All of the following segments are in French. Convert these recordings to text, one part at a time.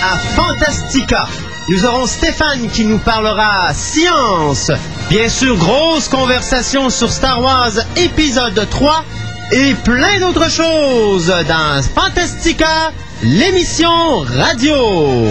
à Fantastica. Nous aurons Stéphane qui nous parlera science. Bien sûr, grosse conversation sur Star Wars épisode 3 et plein d'autres choses dans Fantastica, l'émission radio.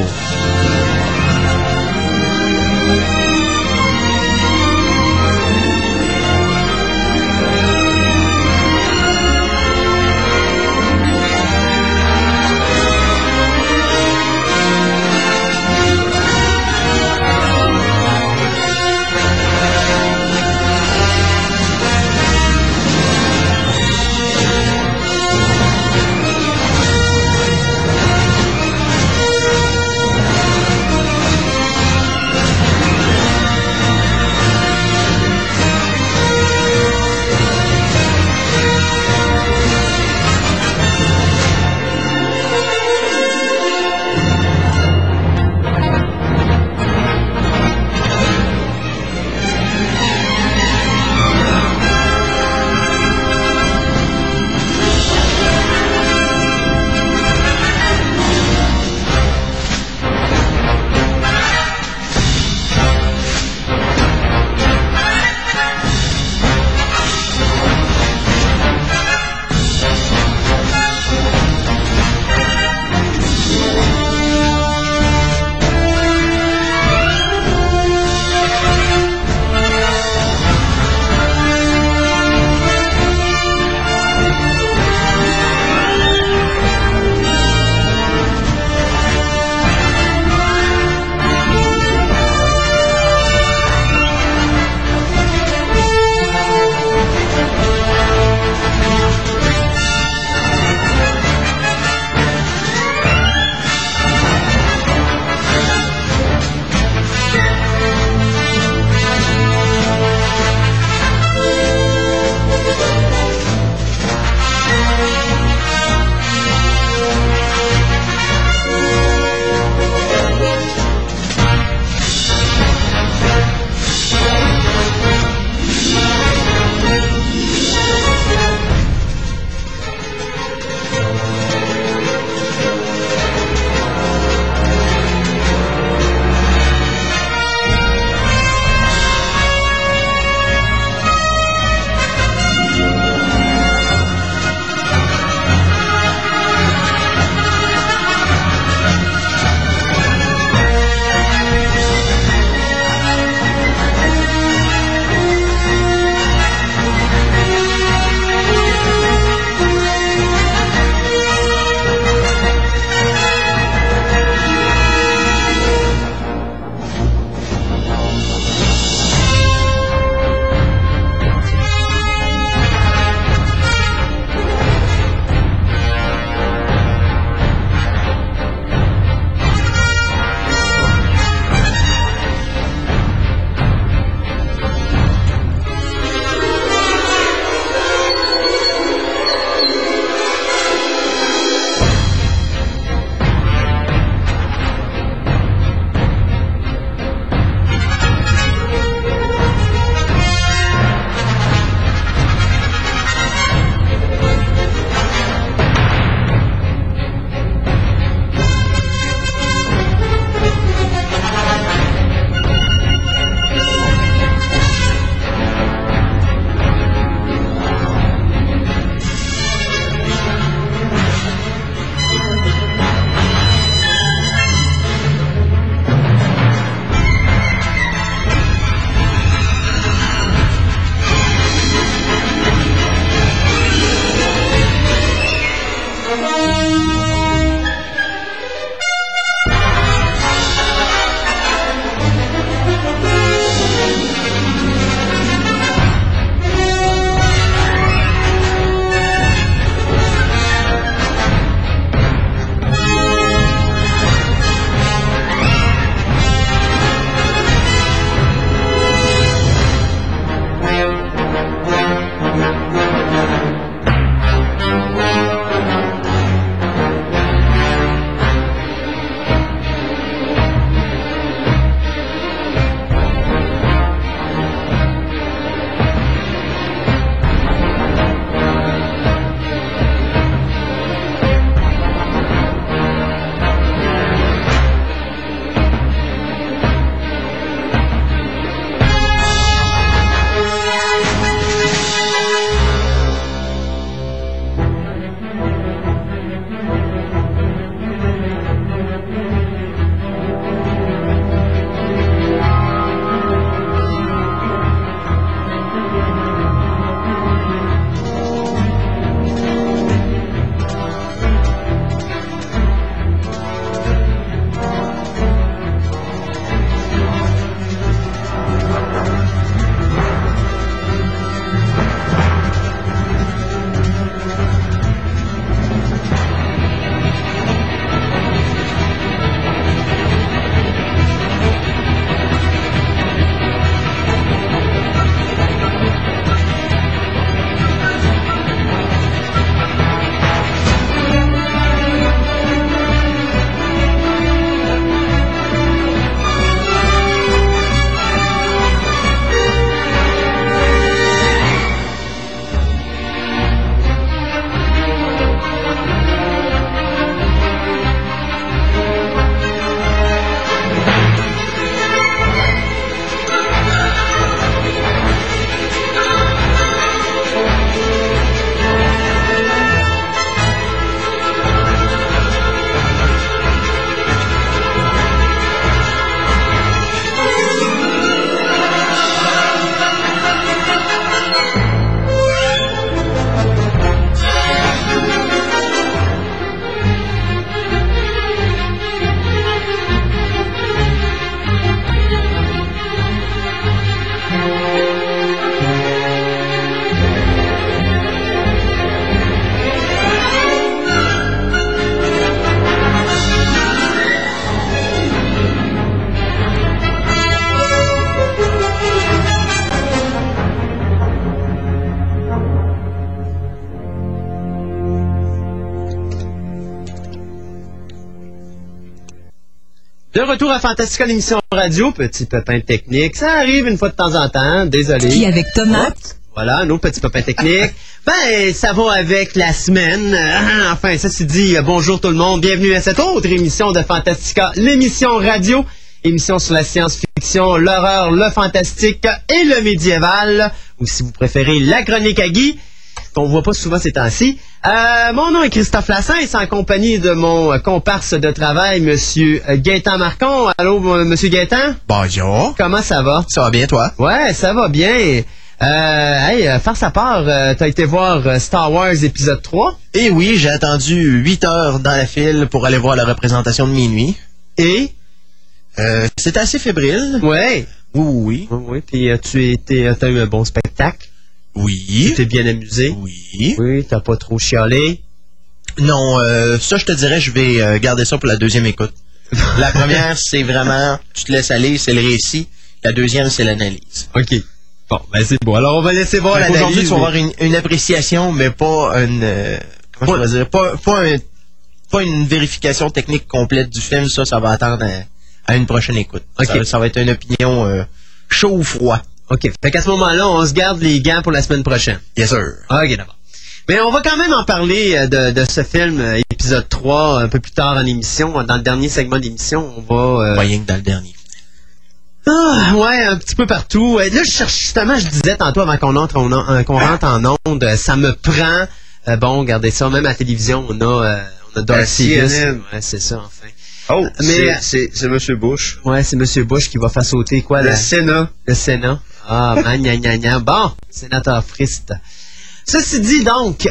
De retour à Fantastica, l'émission radio, petit pépin technique. Ça arrive une fois de temps en temps, désolé. Puis avec Tomate. Voilà, nos petits pépins techniques. Ben, ça va avec la semaine. Enfin, ça c'est dit. Bonjour tout le monde, bienvenue à cette autre émission de Fantastica, l'émission radio. Émission sur la science-fiction, l'horreur, le fantastique et le médiéval. Ou si vous préférez, la chronique à Guy, qu'on voit pas souvent ces temps-ci. Mon nom est Christophe Lassens, en compagnie de mon comparse de travail, Monsieur Gaétan Marcon. Allô, Monsieur Gaétan? Bonjour. Comment ça va? Ça va bien, toi? Ouais, ça va bien. Farce à part, t'as été voir Star Wars épisode 3? Eh oui, j'ai attendu 8 heures dans la file pour aller voir la représentation de minuit. Et? C'était assez fébrile. Ouais. Oui. Oui, puis t'as eu un bon spectacle? Oui. Tu t'es bien amusé? Oui. Oui, t'as pas trop chialé? Non, ça, je te dirais, je vais garder ça pour la deuxième écoute. La première, c'est vraiment, tu te laisses aller, c'est le récit. La deuxième, c'est l'analyse. OK. Bon, ben c'est bon. Alors, on va laisser voir l'analyse. Aujourd'hui, tu vas avoir une appréciation, mais pas une... comment je peux dire? Pas une vérification technique complète du film. Ça va attendre à une prochaine écoute. Okay. Ça va être une opinion chaud ou froid. OK. Fait qu'à ce moment-là, on se garde les gants pour la semaine prochaine. Yes, sir. OK, d'abord. Mais on va quand même en parler de ce film, épisode 3, un peu plus tard en émission. Dans le dernier segment d'émission, on va... Rien que dans le dernier. Ah, ouais, un petit peu partout. Là, je cherche justement, je disais tantôt avant qu'on rentre en onde, ça me prend... bon, regardez ça, même à la télévision, on a Darcy. CNN. Ouais, c'est ça, enfin. Oh, mais c'est M. Bush. Ouais, c'est M. Bush qui va faire sauter quoi? Le Sénat. Le Sénat. Ah, gna gna gna. Bon, sénateur Frist. Ceci dit, donc,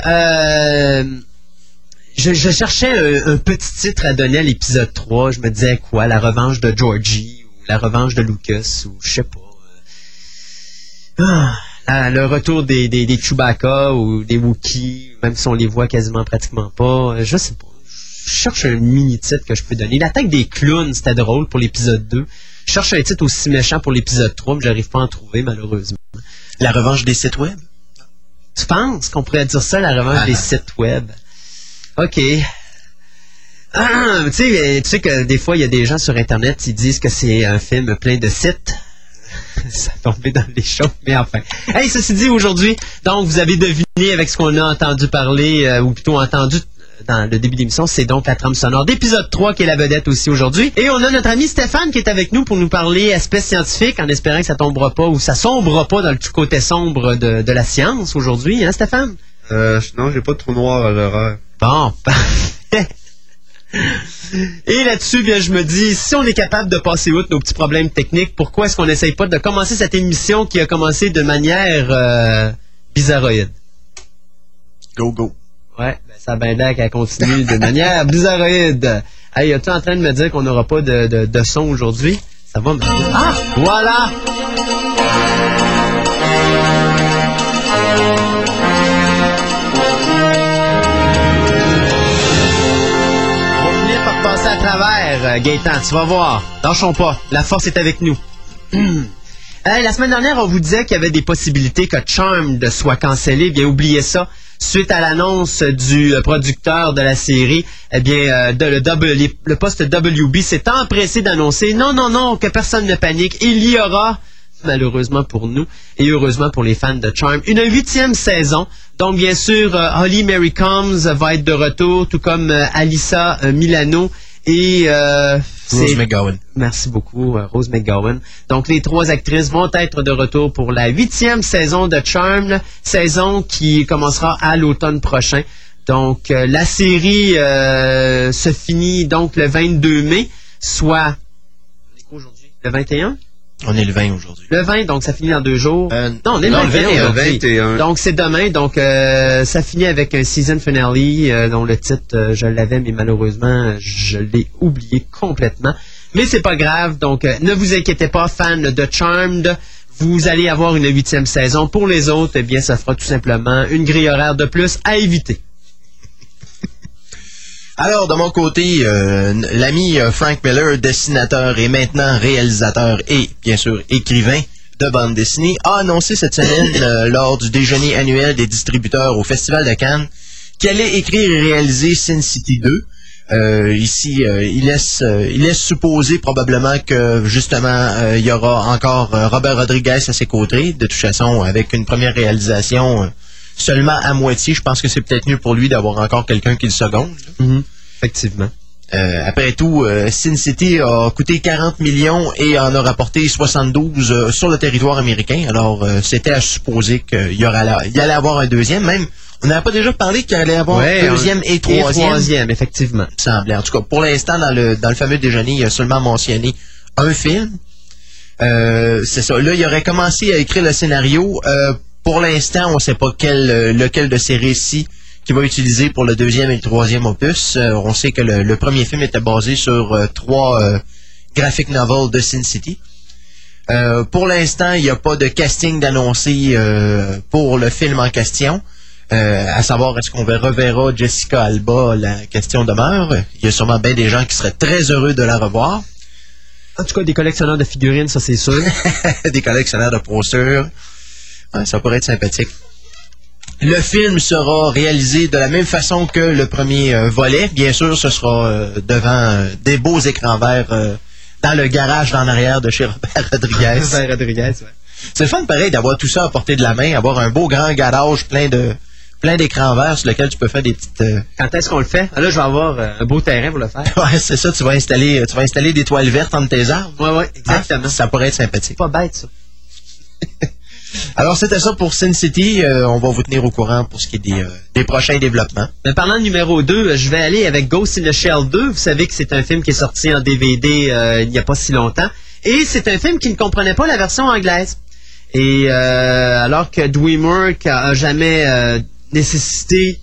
je cherchais un petit titre à donner à l'épisode 3. Je me disais quoi? La revanche de Georgie, ou la revanche de Lucas, ou je sais pas. Le retour des Chewbacca, ou des Wookiees, même si on les voit quasiment pratiquement pas. Je sais pas. Je cherche un mini-titre que je peux donner. L'attaque des clowns, c'était drôle pour l'épisode 2. Je cherche un titre aussi méchant pour l'épisode 3, mais j'arrive pas à en trouver, malheureusement. La revanche des sites web? Tu penses qu'on pourrait dire ça, la revanche des sites web? OK. Tu sais que des fois, il y a des gens sur Internet qui disent que c'est un film plein de sites. Ça tombait dans les choses, mais enfin. Hey, ceci dit, aujourd'hui, donc, vous avez deviné avec ce qu'on a entendu parler, ou plutôt entendu dans le début d'émission, c'est donc la trame sonore d'épisode 3 qui est la vedette aussi aujourd'hui. Et on a notre ami Stéphane qui est avec nous pour nous parler aspect scientifique, en espérant que ça tombera pas ou ça sombrera pas dans le côté sombre de la science aujourd'hui, hein Stéphane? Non, j'ai pas de trou noir à l'horaire. Bon, parfait. Et là-dessus, bien, je me dis, si on est capable de passer outre nos petits problèmes techniques, pourquoi est-ce qu'on n'essaye pas de commencer cette émission qui a commencé de manière bizarroïde? Go. Ouais, ben ça a bien l'air qu'elle continue de manière bizarroïde. Hey, es-tu en train de me dire qu'on n'aura pas de son aujourd'hui? Ça va, mais... Ah! Voilà! On va finir par passer à travers, Gaétan, tu vas voir. Lâchons pas, la force est avec nous. La semaine dernière, on vous disait qu'il y avait des possibilités que Charmed soit cancellé. Bien, oubliez ça. Suite à l'annonce du producteur de la série, eh bien, le poste WB s'est empressé d'annoncer non, que personne ne panique. Il y aura, malheureusement pour nous et heureusement pour les fans de Charmed, une 8e saison. Donc, bien sûr, Holly Mary Combs va être de retour, tout comme Alyssa Milano et Rose McGowan. Merci beaucoup, Rose McGowan. Donc, les 3 actrices vont être de retour pour la 8e saison de Charmed, saison qui commencera à l'automne prochain. Donc, la série se finit donc le 22 mai, soit aujourd'hui, le 21? On est le 20 aujourd'hui. Le 20, donc ça finit dans 2 jours. Non, on est le 21 aujourd'hui. 21. Donc, c'est demain. Donc, ça finit avec un season finale dont le titre, je l'avais, mais malheureusement, je l'ai oublié complètement. Mais c'est pas grave. Donc, ne vous inquiétez pas, fans de Charmed. Vous allez avoir une 8e saison. Pour les autres, eh bien, ça fera tout simplement une grille horaire de plus à éviter. Alors, de mon côté, l'ami Frank Miller, dessinateur et maintenant réalisateur et, bien sûr, écrivain de bande dessinée, a annoncé cette semaine, lors du déjeuner annuel des distributeurs au Festival de Cannes, qu'il allait écrire et réaliser Sin City 2. Ici, il laisse supposer probablement que justement il y aura encore Robert Rodriguez à ses côtés. De toute façon, avec une première réalisation seulement à moitié, je pense que c'est peut-être mieux pour lui d'avoir encore quelqu'un qui le seconde. Effectivement. Après tout, Sin City a coûté 40 millions et en a rapporté 72 sur le territoire américain. Alors, c'était à supposer qu'il allait avoir un deuxième. Même, on n'avait pas déjà parlé qu'il allait avoir un deuxième et troisième. Effectivement. Semblait. En tout cas, pour l'instant, dans le fameux déjeuner, il a seulement mentionné un film. C'est ça. Là, il aurait commencé à écrire le scénario. Pour l'instant, on ne sait pas lequel de ces récits qu'il va utiliser pour le deuxième et le troisième opus. On sait que le premier film était basé sur 3 graphic novels de Sin City. Pour l'instant, il n'y a pas de casting d'annoncé pour le film en question. À savoir, est-ce qu'on reverra Jessica Alba, la question demeure. Il y a sûrement bien des gens qui seraient très heureux de la revoir. En tout cas, des collectionneurs de figurines, ça c'est sûr. Des collectionneurs de postures. Ouais, ça pourrait être sympathique. Le film sera réalisé de la même façon que le premier volet. Bien sûr, ce sera devant des beaux écrans verts dans le garage en arrière de chez Robert Rodriguez. Robert Rodriguez, ouais. C'est le fun pareil d'avoir tout ça à portée de la main, avoir un beau grand garage plein d'écrans verts sur lequel tu peux faire des petites... Quand est-ce qu'on le fait? Là, je vais avoir un beau terrain pour le faire. Ouais, c'est ça, tu vas installer des toiles vertes entre tes arbres. Ouais, exactement. Ça pourrait être sympathique. Pas bête, ça. Alors, c'était ça pour Sin City. On va vous tenir au courant pour ce qui est des prochains développement. Mais parlant de numéro 2, je vais aller avec Ghost in the Shell 2. Vous savez que c'est un film qui est sorti en DVD il n'y a pas si longtemps. Et c'est un film qui ne comprenait pas la version anglaise. Et alors que DreamWorks a jamais nécessité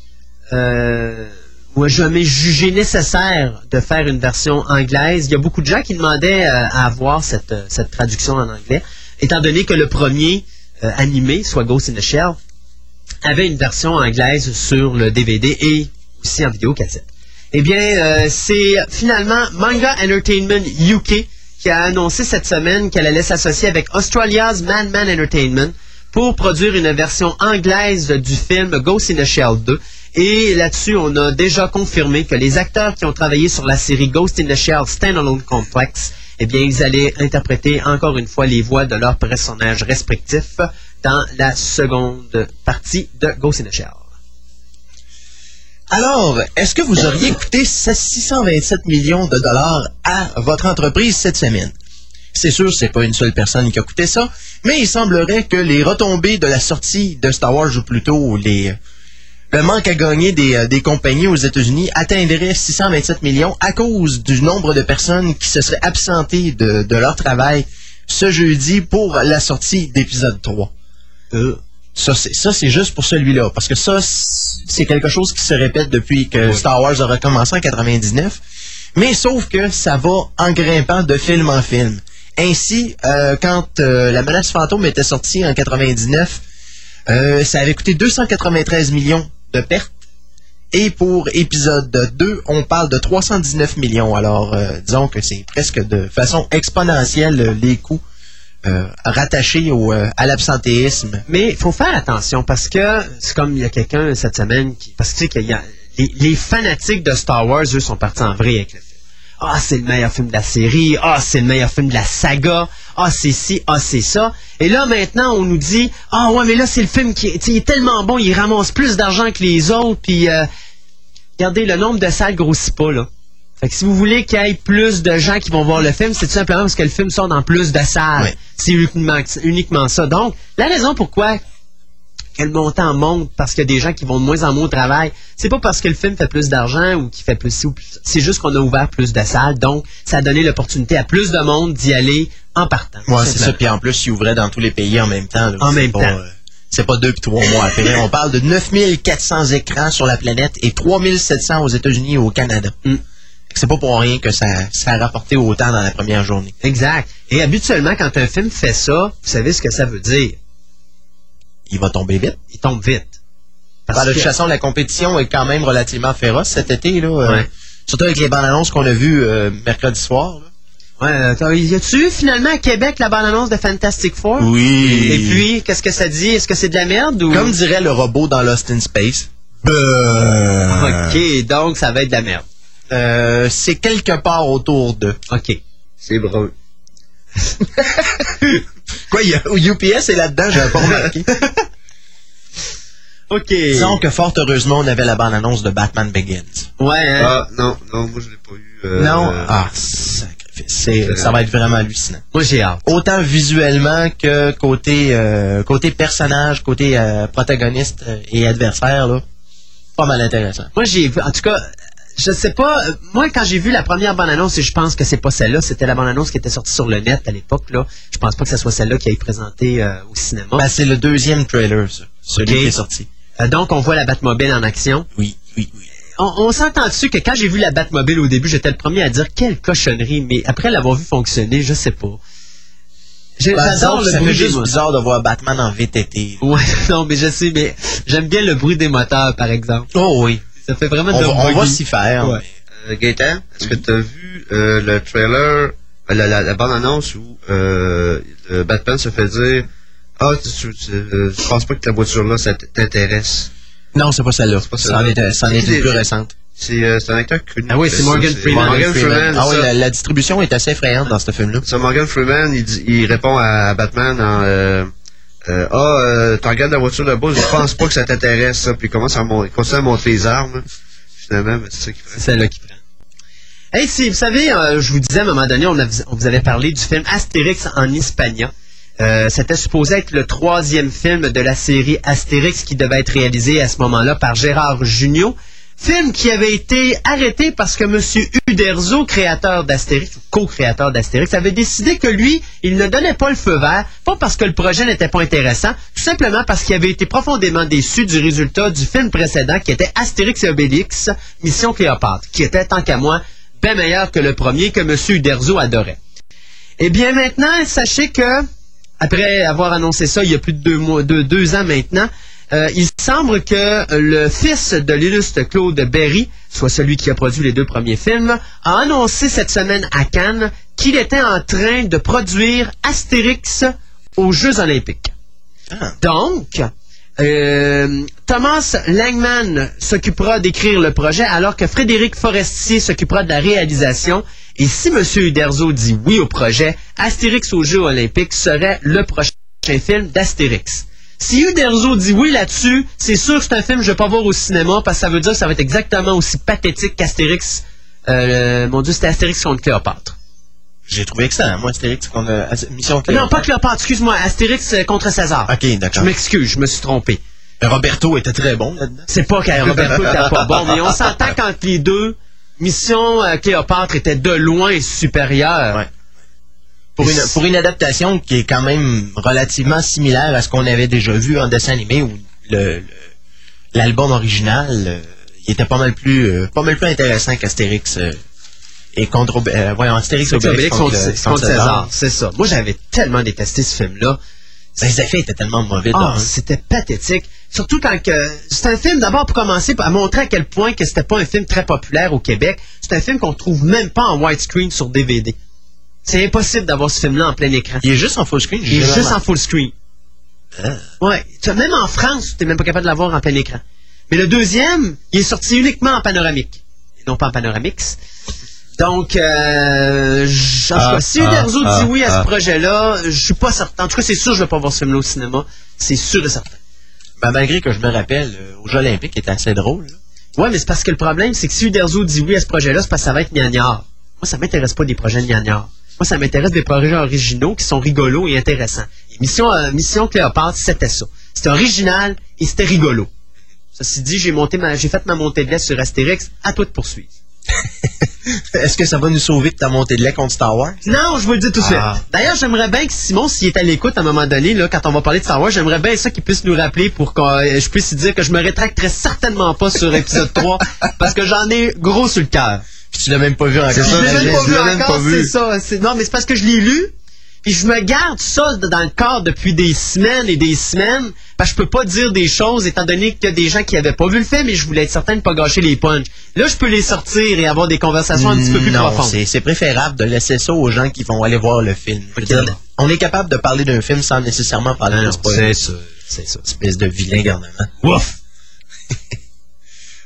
ou a jamais jugé nécessaire de faire une version anglaise, il y a beaucoup de gens qui demandaient à avoir cette traduction en anglais, étant donné que le premier animé, soit Ghost in the Shell, avait une version anglaise sur le DVD et aussi en vidéocassette. Eh bien, c'est finalement Manga Entertainment UK qui a annoncé cette semaine qu'elle allait s'associer avec Australia's Madman Entertainment pour produire une version anglaise du film Ghost in the Shell 2. Et là-dessus, on a déjà confirmé que les acteurs qui ont travaillé sur la série Ghost in the Shell Standalone Complex, eh bien, ils allaient interpréter encore une fois les voix de leurs personnages respectifs dans la seconde partie de Ghost in the Shell. Alors, est-ce que vous auriez coûté 627 millions de dollars à votre entreprise cette semaine? C'est sûr, c'est pas une seule personne qui a coûté ça, mais il semblerait que les retombées de la sortie de Star Wars, ou plutôt le manque à gagner des compagnies aux États-Unis atteindrait 627 millions à cause du nombre de personnes qui se seraient absentées de leur travail ce jeudi pour la sortie d'épisode 3. Ça, c'est juste pour celui-là, parce que ça, c'est quelque chose qui se répète depuis que Star Wars a recommencé en 99, mais sauf que ça va en grimpant de film en film. Ainsi, quand La Menace Fantôme était sortie en 99, ça avait coûté 293 millions de pertes. Et pour épisode 2, on parle de 319 millions. Alors, disons que c'est presque de façon exponentielle les coûts rattachés à l'absentéisme. Mais il faut faire attention parce que c'est comme il y a quelqu'un cette semaine parce que tu sais qu'il y a les fanatiques de Star Wars, eux, sont partis en vrille avec le film. Ah, c'est le meilleur film de la série. Ah, c'est le meilleur film de la saga. Ah, c'est ci. Ah, c'est ça. Et là, maintenant, on nous dit, ah ouais, mais là, c'est le film qui est tellement bon, il ramasse plus d'argent que les autres. Puis, regardez, le nombre de salles grossit pas, là. Fait que si vous voulez qu'il y ait plus de gens qui vont voir le film, c'est tout simplement parce que le film sort dans plus de salles. Ouais. C'est uniquement ça. Donc, la raison pourquoi que le montant monte parce qu'il y a des gens qui vont de moins en moins au travail, c'est pas parce que le film fait plus d'argent ou qu'il fait plus ci ou plus ça. C'est juste qu'on a ouvert plus de salles, donc ça a donné l'opportunité à plus de monde d'y aller en partant. Ouais, c'est ça. Puis en plus, ils ouvraient dans tous les pays en même temps. Là. En même temps. C'est pas 2 puis 3 mois après. On parle de 9400 écrans sur la planète et 3700 aux États-Unis et au Canada. C'est pas pour rien que ça a rapporté autant dans la première journée. Exact. Et habituellement, quand un film fait ça, vous savez ce que ça veut dire? Il va tomber vite. Il tombe vite. De toute façon, la compétition est quand même relativement féroce cet été. Là, ouais. Surtout avec les bandes annonces qu'on a vues mercredi soir. Là. Ouais, y a-tu finalement à Québec la bande-annonce de Fantastic Four? Oui. Et puis, qu'est-ce que ça dit? Est-ce que c'est de la merde ou... Comme dirait le robot dans Lost in Space. OK, donc ça va être de la merde. C'est quelque part autour de. OK. C'est brun. Quoi, UPS est là-dedans, j'avais pas remarqué. OK. Disons que fort heureusement, on avait la bande-annonce de Batman Begins. Ouais, hein? Ah, non, moi je l'ai pas eu. Non? Sacrifice. Ça va être vraiment hallucinant. Moi, j'ai hâte. Autant visuellement que côté personnage, côté protagoniste et adversaire, là. Pas mal intéressant. Moi, j'ai vu, en tout cas, je sais pas, moi, quand j'ai vu la première bande-annonce, et je pense que c'est pas celle-là, c'était la bande-annonce qui était sortie sur le net à l'époque, là. Je pense pas que ce soit celle-là qui a été présentée au cinéma. Ben, c'est le deuxième trailer, ça. Celui qui est sorti. Donc, on voit la Batmobile en action. Oui. On s'entend dessus que quand j'ai vu la Batmobile au début, j'étais le premier à dire quelle cochonnerie, mais après l'avoir vu fonctionner, je sais pas. J'adore le ça bruit fait des juste moteurs. bizarre de voir Batman en VTT. Ouais, non, mais je sais, mais j'aime bien le bruit des moteurs, par exemple. Oh oui. Ça fait vraiment On va s'y faire. Ouais. Gaëtan, est-ce que tu as vu le trailer, la bande-annonce où le Batman se fait dire « Ah, je pense pas que ta voiture-là, ça t'intéresse. » Non, c'est pas celle-là. C'en est une plus récente. C'est un acteur connu. Ah oui, c'est Morgan Freeman. Morgan Freeman. Ah oui, la distribution est assez effrayante dans ce film-là. Ça, Morgan Freeman, il répond à Batman en tu regardes la voiture de bas, je pense pas que ça t'intéresse, ça. Puis il continue à monter les armes. Finalement, c'est ça qu'il fait. C'est celle-là qui prend. Hey, vous savez, je vous disais à un moment donné, on vous avait parlé du film Astérix en Hispania. C'était supposé être le 3e film de la série Astérix qui devait être réalisé à ce moment-là par Gérard Jugnot. Film qui avait été arrêté parce que M. Uderzo, créateur d'Astérix, ou co-créateur d'Astérix, avait décidé que lui, il ne donnait pas le feu vert, pas parce que le projet n'était pas intéressant, tout simplement parce qu'il avait été profondément déçu du résultat du film précédent qui était Astérix et Obélix, Mission Cléopâtre, qui était, tant qu'à moi, bien meilleur que le premier que M. Uderzo adorait. Eh bien maintenant, sachez que, après avoir annoncé ça il y a plus de 2 ans maintenant, il semble que le fils de l'illustre Claude Berry, soit celui qui a produit les 2 premiers films, a annoncé cette semaine à Cannes qu'il était en train de produire Astérix aux Jeux Olympiques. Ah. Donc, Thomas Langman s'occupera d'écrire le projet alors que Frédéric Forestier s'occupera de la réalisation. Et si M. Uderzo dit oui au projet, Astérix aux Jeux Olympiques serait le prochain film d'Astérix. Si Uderzo dit oui là-dessus, c'est sûr que c'est un film que je ne vais pas voir au cinéma parce que ça veut dire que ça va être exactement aussi pathétique qu'Astérix. Mon Dieu, c'était Astérix contre Cléopâtre. J'ai trouvé excellent, moi, Astérix contre Mission Cléopâtre. Non, pas Cléopâtre, excuse-moi, Astérix contre César. Ok, d'accord. Je m'excuse, je me suis trompé. Roberto était très bon là-dedans. C'est pas que Roberto était pas bon, mais on s'entend qu'entre les deux, Mission Cléopâtre était de loin supérieure. Ouais. Pour une adaptation qui est quand même relativement similaire à ce qu'on avait déjà vu en dessin animé où l'album original il était pas mal plus intéressant qu'Astérix et contre Astérix et Obélix contre César. C'est ça. Moi j'avais tellement détesté ce film-là. Les effets étaient tellement mauvais. C'était pathétique. Surtout quand c'est un film, d'abord pour commencer, à montrer à quel point que c'était pas un film très populaire au Québec. C'est un film qu'on trouve même pas en widescreen sur DVD. C'est impossible d'avoir ce film-là en plein écran. Il est juste en full screen. Il est juste en full screen. Ouais. Même en France, tu n'es même pas capable de l'avoir en plein écran. Mais le deuxième, il est sorti uniquement en panoramique. Et non pas en panoramix. Donc, si Uderzo dit oui à ce projet-là, je suis pas certain. En tout cas, c'est sûr que je vais pas voir ce film-là au cinéma. C'est sûr et certain. Ben, malgré que je me rappelle, aux Jeux Olympiques, il était assez drôle. Là. Ouais, mais c'est parce que le problème, c'est que si Uderzo dit oui à ce projet-là, c'est parce que ça va être gnangnar. Moi, ça m'intéresse pas des projets gnangnar. Moi, ça m'intéresse des projets originaux qui sont rigolos et intéressants. Et Mission Cléopâtre, c'était ça. C'était original et c'était rigolo. Ceci dit, j'ai fait ma montée de lait sur Astérix. À toi de poursuivre. Est-ce que ça va nous sauver de ta montée de lait contre Star Wars? Non, je vous le dis tout de suite. D'ailleurs, j'aimerais bien que Simon, s'il est à l'écoute à un moment donné, là, quand on va parler de Star Wars, j'aimerais bien ça qu'il puisse nous rappeler pour que je puisse dire que je me rétracterai certainement pas sur épisode 3 parce que j'en ai gros sur le cœur. Puis tu l'as même pas vu encore. Je l'ai même pas vu encore, c'est ça. Non, mais c'est parce que je l'ai lu, puis je me garde ça dans le corps depuis des semaines et des semaines, parce que je peux pas dire des choses, étant donné qu'il y a des gens qui avaient pas vu le film, mais je voulais être certain de ne pas gâcher les punchs. Là, je peux les sortir et avoir des conversations un petit peu plus profondes. C'est préférable de laisser ça aux gens qui vont aller voir le film. On est capable de parler d'un film sans nécessairement parler de spoiler. C'est ça. Espèce de vilain garnement. Ouf!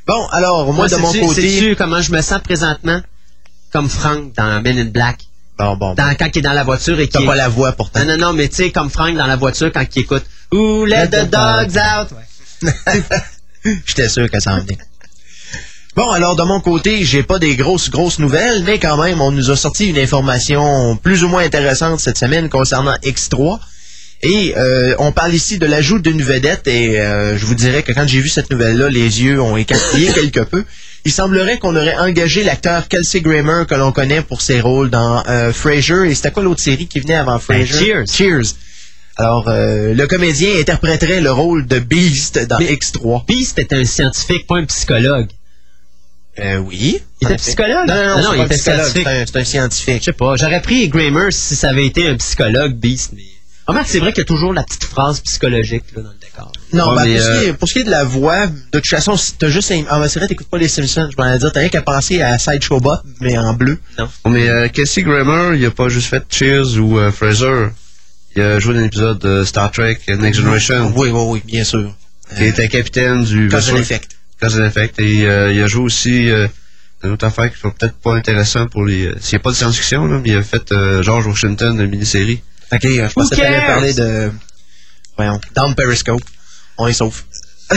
Bon, alors, moi, de mon côté... Sais-tu comment je me sens présentement? Comme Frank dans Men in Black. Bon. Quand il est dans la voiture et qu'il... T'as pas la voix, pourtant. Non, mais tu sais, comme Frank dans la voiture quand il écoute « Ooh, let the dogs out! » J'étais sûr que ça en venait. Bon, alors, de mon côté, j'ai pas des grosses nouvelles, mais quand même, on nous a sorti une information plus ou moins intéressante cette semaine concernant X3. Et on parle ici de l'ajout d'une vedette, et je vous dirais que quand j'ai vu cette nouvelle-là, les yeux ont écarquillé quelque peu. Il semblerait qu'on aurait engagé l'acteur Kelsey Grammer, que l'on connaît pour ses rôles dans Frasier, et c'était quoi l'autre série qui venait avant Frasier? Cheers. Alors, le comédien interpréterait le rôle de Beast dans X3. Beast était un scientifique, pas un psychologue. Oui. Il était psychologue? Non, il était scientifique. C'est un scientifique. Je sais pas, j'aurais pris Grammer si ça avait été un psychologue, Beast, mais... Remarque, c'est vrai qu'il y a toujours la petite phrase psychologique là, dans le décor. Non, pour ce qui est de la voix, de toute façon, t'as juste... c'est vrai, t'écoutes pas les Simpsons, je m'en ai dit, t'as rien qu'à penser à Sideshow Bob, mais en bleu. Non. Mais Kelsey Grammer, il a pas juste fait Cheers ou Frasier. Il a joué dans l'épisode de Star Trek Next Generation. Oui, bien sûr. Il était capitaine du... Cause and Effect. Cause and Effect. Et il a joué aussi une autre affaire qui sont peut-être pas intéressant pour les... s'il n'y a pas de science-fiction, là, mais il a fait George Washington, une mini-série. Ok, je pensais que tu allais parler de... Voyons, Down Periscope. On est sauf.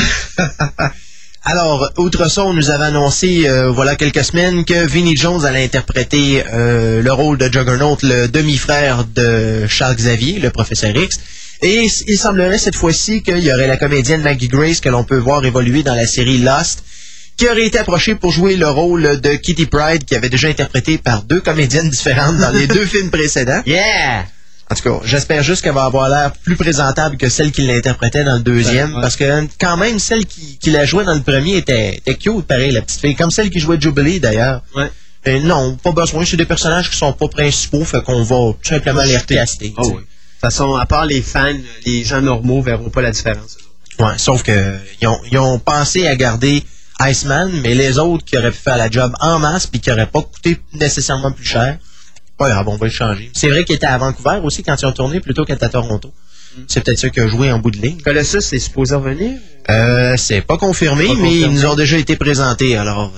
Alors, outre ça, on nous avait annoncé, voilà quelques semaines, que Vinnie Jones allait interpréter le rôle de Juggernaut, le demi-frère de Charles Xavier, le professeur X. Et il semblerait cette fois-ci qu'il y aurait la comédienne Maggie Grace, que l'on peut voir évoluer dans la série Lost, qui aurait été approchée pour jouer le rôle de Kitty Pryde, qui avait déjà interprété par 2 comédiennes différentes dans les 2 films précédents. Yeah! En tout cas, j'espère juste qu'elle va avoir l'air plus présentable que celle qui l'interprétait dans le deuxième, parce que quand même, celle qui la jouait dans le premier était cute, pareil, la petite fille, comme celle qui jouait Jubilee, d'ailleurs. Ouais. Non, pas besoin, c'est des personnages qui sont pas principaux, fait qu'on va tout simplement les recaster. Oh, oui. De toute façon, à part les fans, les gens normaux verront pas la différence. Ouais, sauf que ils ont pensé à garder Iceman, mais les autres qui auraient pu faire la job en masse puis qui auraient pas coûté nécessairement plus cher, pas grave, on va le changer. C'est vrai qu'il était à Vancouver aussi quand ils ont tourné plutôt qu'à Toronto. C'est peut-être ça qui a joué en bout de ligne. Colossus est supposé revenir? C'est pas confirmé, mais ils nous ont déjà été présentés, alors...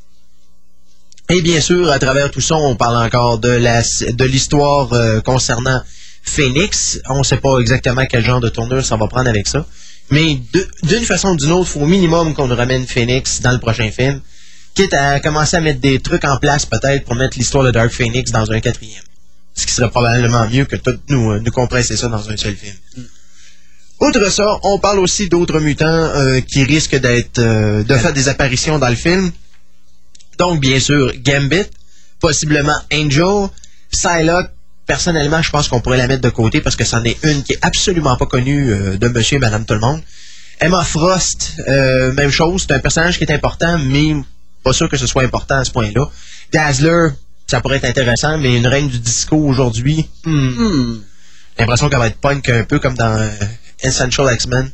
Et bien sûr, à travers tout ça, on parle encore de l'histoire concernant Phoenix. On sait pas exactement quel genre de tournure ça va prendre avec ça. Mais d'une façon ou d'une autre, il faut au minimum qu'on nous ramène Phoenix dans le prochain film. Quitte à commencer à mettre des trucs en place peut-être pour mettre l'histoire de Dark Phoenix dans un 4e. Ce qui serait probablement mieux que tout nous compresser ça dans un seul film. Outre ça, on parle aussi d'autres mutants qui risquent de faire des apparitions dans le film. Donc, bien sûr, Gambit, possiblement Angel, Psylocke. Personnellement, je pense qu'on pourrait la mettre de côté parce que c'en est une qui est absolument pas connue de Monsieur et Madame Tout-le-Monde. Emma Frost, même chose, c'est un personnage qui est important, mais pas sûr que ce soit important à ce point-là. Dazzler, ça pourrait être intéressant, mais une reine du disco aujourd'hui, j'ai l'impression qu'elle va être punk un peu comme dans Essential X-Men.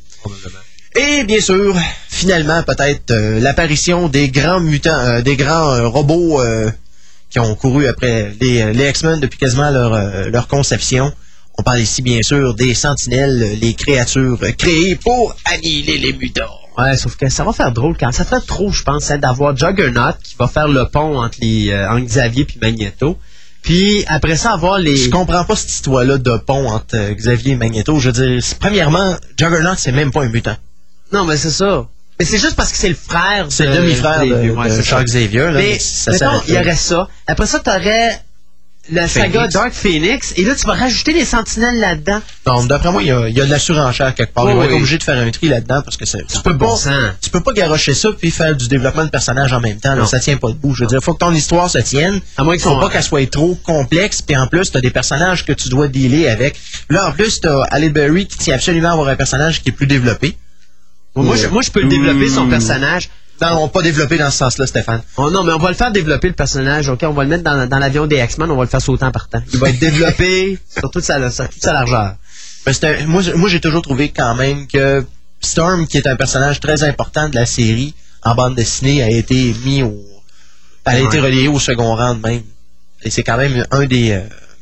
Et bien sûr, finalement, peut-être l'apparition des grands mutants, des grands robots qui ont couru après les X-Men depuis quasiment leur conception. On parle ici, bien sûr, des Sentinelles, les créatures créées pour annihiler les mutants. Ouais, sauf que ça va faire drôle quand ça fait trop, je pense, d'avoir Juggernaut qui va faire le pont entre Xavier et Magneto. Puis après ça, avoir les... Je comprends pas cette histoire-là de pont entre Xavier et Magneto. Je veux dire, premièrement, Juggernaut, c'est même pas un mutant. Non, mais c'est ça. Mais c'est juste parce que c'est le frère. C'est le demi-frère de Charles Xavier. Là, mais mettons, il y aurait ça. Après ça, t'aurais la saga Dark Phoenix. Et là, tu vas rajouter les Sentinelles là-dedans. Non, d'après moi, il y a de la surenchère quelque part. Ils vont être obligés de faire un tri là-dedans parce que tu peux pas garrocher ça puis faire du développement de personnages en même temps. Là, ça tient pas debout. Je veux dire, il faut que ton histoire se tienne. À moins qu'il faut pas qu'elle soit trop complexe. Puis en plus, t'as des personnages que tu dois dealer avec. Là, en plus, t'as Halle Berry qui tient absolument à avoir un personnage qui est plus développé. Moi, je peux le développer, son personnage. Non, on va pas développer dans ce sens-là, Stéphane. Oh non, mais on va le faire développer, le personnage. OK, on va le mettre dans l'avion des X-Men, on va le faire sauter en partant. Il va être développé sur toute sa largeur. Mais moi, j'ai toujours trouvé quand même que Storm, qui est un personnage très important de la série, en bande dessinée, a été été relayé au second rang de même. Et c'est quand même un des...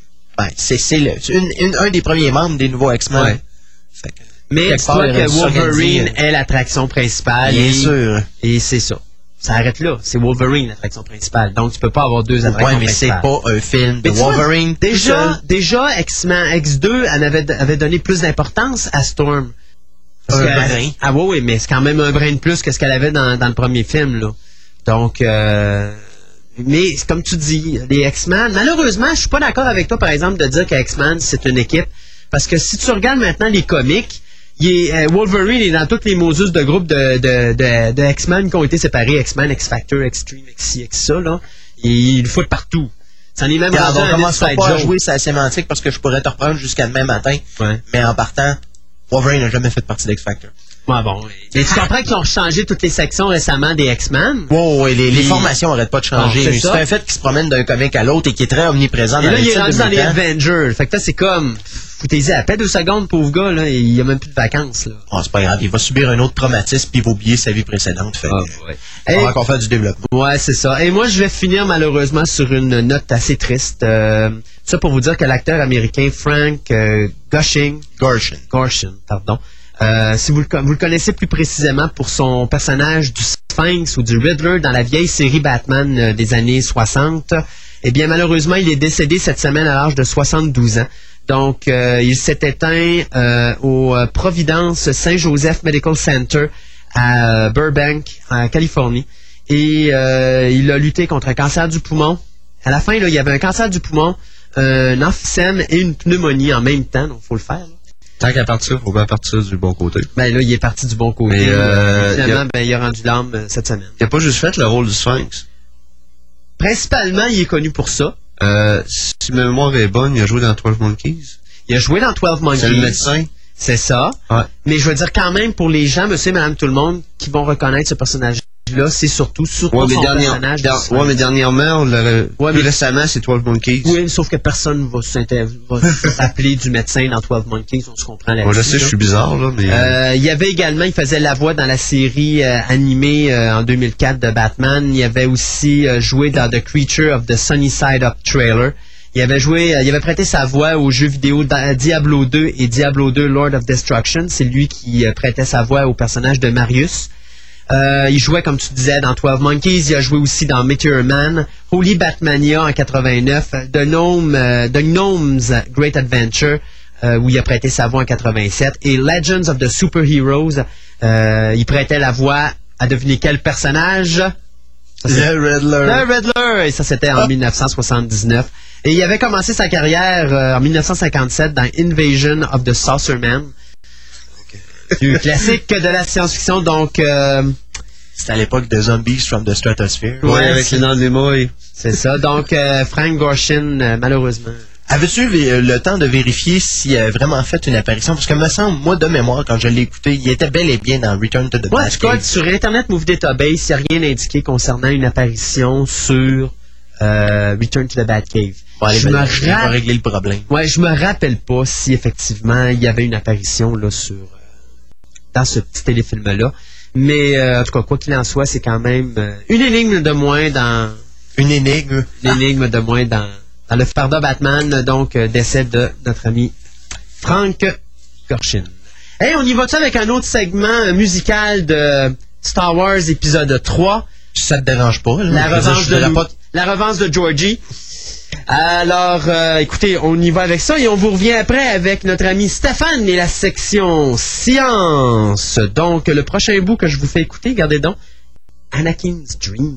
un des premiers membres des nouveaux X-Men. Ouais. Mais dis-toi que Wolverine est l'attraction principale. Bien sûr. Et c'est ça. ça arrête là. C'est Wolverine, l'attraction principale. Donc, tu peux pas avoir deux attractions mais c'est principales. pas un film de Mais tu vois, Wolverine. déjà, X-Men X2 avait donné plus d'importance à Storm. Parce Un brin. Ah oui, mais c'est quand même un brin de plus que ce qu'elle avait dans le premier film, là. Donc, mais comme tu dis, les X-Men, malheureusement, je suis pas d'accord avec toi, par exemple, de dire que X-Men, c'est une équipe. Parce que si tu regardes maintenant les comics, Wolverine est dans toutes les Moses de groupes de X-Men qui ont été séparés, X-Men, X-Factor, Extreme, X-ci, X-ça, là. Et ils le foutent partout. Ça en est même on un commence pas inside à joke. jouer sa sémantique parce que je pourrais te reprendre jusqu'à demain matin. Ouais. Mais en partant, Wolverine n'a jamais fait partie d'X-Factor. Ouais, bon. Et tu comprends qu'ils ont changé toutes les sections récemment des X-Men? Ouais, les formations n'arrêtent pas de changer. Bon, c'est c'est ça. un fait qui se promène d'un comic à l'autre et qui est très omniprésent Et dans là, les il est titres rendu de dans les mutant. Avengers. Fait que là, c'est comme, foutez-y à peine 2 secondes, pauvre gars, là. Il y a même plus de vacances, là. Oh, c'est pas grave, il va subir un autre traumatisme puis il va oublier sa vie précédente. Fait que, ouais. on va encore faire du développement. Ouais, c'est ça. Et moi, je vais finir malheureusement sur une note assez triste. Ça pour vous dire que l'acteur américain Frank Gorshin, pardon. Si vous le connaissez plus précisément pour son personnage du Sphinx ou du Riddler dans la vieille série Batman des années 60, eh bien malheureusement, il est décédé cette semaine à l'âge de 72 ans. Donc, il s'est éteint au Providence Saint-Joseph Medical Center à Burbank, en Californie. Et il a lutté contre un cancer du poumon. À la fin, là, il y avait un cancer du poumon, un emphysème et une pneumonie en même temps. Donc, il faut le faire. Là. Tant qu'à partir, il faut bien partir du bon côté. Ben là, il est parti du bon côté. Mais, finalement, il a rendu l'âme cette semaine. Il n'a pas juste fait le rôle du Sphinx. Principalement, il est connu pour ça. Si ma mémoire est bonne, il a joué dans 12 Monkeys. Il a joué dans 12 Monkeys. C'est le médecin. C'est ça. Ouais. Mais je veux dire quand même, pour les gens, monsieur et madame tout le monde, qui vont reconnaître ce personnage-là, c'est surtout Ouais, mais son personnage. ouais, mais dernièrement, plus récemment, c'est 12 Monkeys. Oui, sauf que personne va se rappeler du médecin dans 12 Monkeys, on se comprend là-dessus. Moi, je sais, je suis bizarre, là, mais... il y avait également, il faisait la voix dans la série animée en 2004 de Batman. Il avait aussi joué dans The Creature of the Sunny Side Up trailer. Il avait prêté sa voix aux jeux vidéo Diablo 2 et Diablo 2 Lord of Destruction. C'est lui qui prêtait sa voix au personnage de Marius. Il jouait, comme tu disais, dans 12 Monkeys. Il a joué aussi dans Meteor Man, Holy Batmania en 89, The Gnomes Great Adventure, où il a prêté sa voix en 87, et Legends of the Superheroes. Il prêtait la voix à deviner quel personnage? Le Riddler. Le Riddler! Et ça, c'était en 1979. Et il avait commencé sa carrière en 1957 dans Invasion of the Saucer Man. Du classique de la science-fiction, donc... C'était à l'époque de Zombies from the Stratosphere. Ouais, avec les noms des mouilles. C'est ça. Donc, Frank Gorshin, malheureusement... Avais-tu le temps de vérifier s'il a vraiment fait une apparition? Parce que me semble, moi, de mémoire, quand je l'ai écouté, il était bel et bien dans Return to the Moi, en Batcave. tout cas, sur Internet Movie Database, il n'y a rien indiqué concernant une apparition sur Return to the Batcave. Bon, allez, je me il va régler le problème. Ouais, je me rappelle pas si effectivement il y avait une apparition là sur dans ce petit téléfilm-là. Mais en tout cas, quoi qu'il en soit, c'est quand même une énigme de moins dans... Une énigme. Une énigme de moins dans le fardeau Batman, donc décès de notre ami Frank Gorshin. Hey, on y va-tu avec un autre segment musical de Star Wars épisode 3? Ça te dérange pas, là? La revanche de Georgie. Alors, écoutez, on y va avec ça et on vous revient après avec notre ami Stéphane et la section science. Donc, le prochain bout que je vous fais écouter, regardez donc, Anakin's Dream.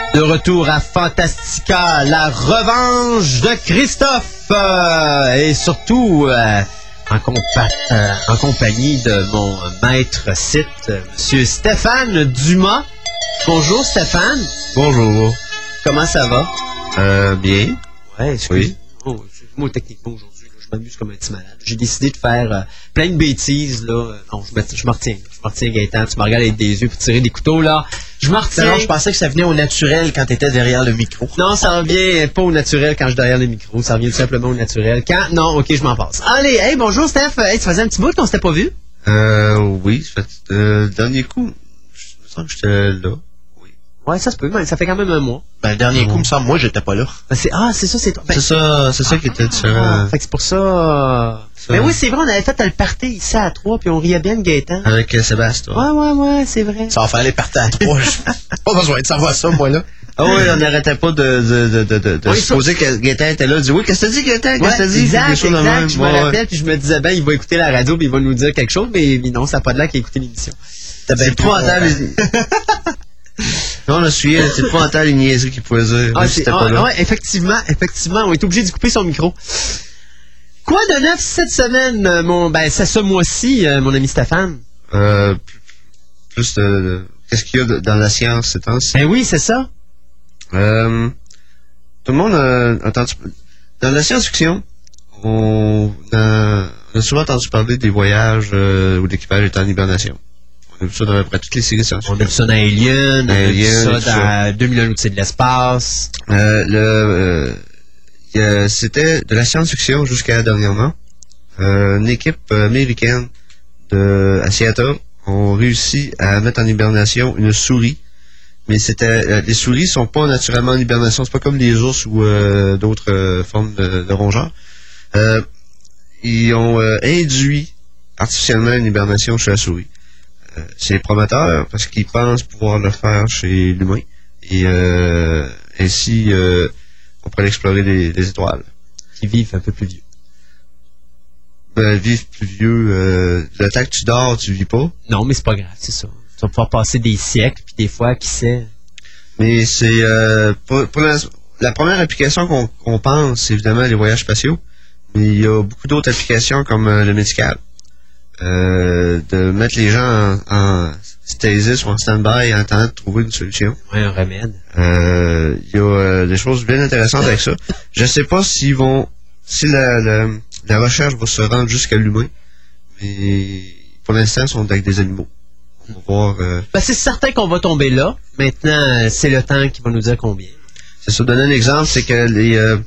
De retour à Fantastica, la revanche de Christophe et surtout en compagnie de mon maître site, Monsieur Stéphane Dumas. Bonjour Stéphane. Bonjour. Comment ça va? Bien. Ouais, Oui. Excuse-moi techniquement aujourd'hui. Je m'amuse comme un petit malade. J'ai décidé de faire plein de bêtises, là. Non, je me retiens. Je me retiens, Gaëtan. Tu me regardes avec des yeux pour tirer des couteaux, là. Je me retiens. Non, je pensais que ça venait au naturel quand tu étais derrière le micro. Non, ça revient pas au naturel quand je suis derrière le micro. Ça revient tout simplement au naturel. Quand... Non, OK, je m'en passe. Allez, hey, bonjour, Steph. Hey, ça faisait un petit bout qu'on s'était pas vu? Oui, ça fait, le dernier coup, je sens que j'étais là. Ouais, ça se peut, mais ça fait quand même un mois. Ben, le dernier coup, me semble, moi, j'étais pas là. Ben, c'est ça, c'est toi. Ben, c'est ça qui était différent. fait que c'est pour ça. Ben oui, c'est vrai, on avait fait le party ici à 3, puis on riait bien de Gaëtan. Avec Sébastien. Ouais, c'est vrai. Ça va faire les parties à 3. Pas besoin de savoir ça, moi, là. Ah oui, on n'arrêtait pas de supposer que Gaëtan était là. Dis oui, qu'est-ce que t'as dit, Gaëtan? Qu'est-ce que t'as dit? Exact. Je me Ouais. rappelle, puis je me disais, ben, il va écouter la radio, puis il va nous dire quelque chose, mais non, ça n'a pas de là qu'il a écouté l'émission. C'est épouvantable. Non, on a suivi, c'est épouvantable les niaiseries qu'il pouvait dire. Ouais, effectivement, on est obligé de couper son micro. Quoi de neuf cette semaine, c'est ce mois-ci, mon ami Stéphane? Plus qu'est-ce qu'il y a dans la science ces temps-ci? Ben oui, c'est ça. Tout le monde a entendu... Dans la science-fiction, on a souvent entendu parler des voyages où l'équipage est en hibernation. On a vu ça dans à peu près toutes les séries science-fiction. On a vu ça dans Alien, on a vu ça dans 2001 l'Odyssée de l'espace. C'était de la science-fiction jusqu'à dernièrement. Une équipe américaine à Seattle ont réussi à mettre en hibernation une souris. Mais les souris sont pas naturellement en hibernation. C'est pas comme les ours ou d'autres formes de rongeurs. Ils ont induit artificiellement une hibernation chez la souris. C'est prometteur parce qu'ils pensent pouvoir le faire chez l'humain. Et ainsi, on pourrait explorer les étoiles. Qui vivent un peu plus vieux. Ben, vivre plus vieux, le temps que tu dors, tu vis pas. Non, mais c'est pas grave, c'est ça. Tu vas pouvoir passer des siècles, puis des fois, qui sait. Mais c'est pour la première application qu'on pense, c'est évidemment les voyages spatiaux. Mais il y a beaucoup d'autres applications comme le médical. De mettre les gens en stasis ou en stand-by en attendant de trouver une solution. Ouais, un remède. Il y a des choses bien intéressantes avec ça. Je sais pas si la recherche va se rendre jusqu'à l'humain, mais pour l'instant, ils sont avec des animaux. On va voir. Ben, c'est certain qu'on va tomber là. Maintenant, c'est le temps qui va nous dire combien. C'est ça. Donner un exemple, c'est que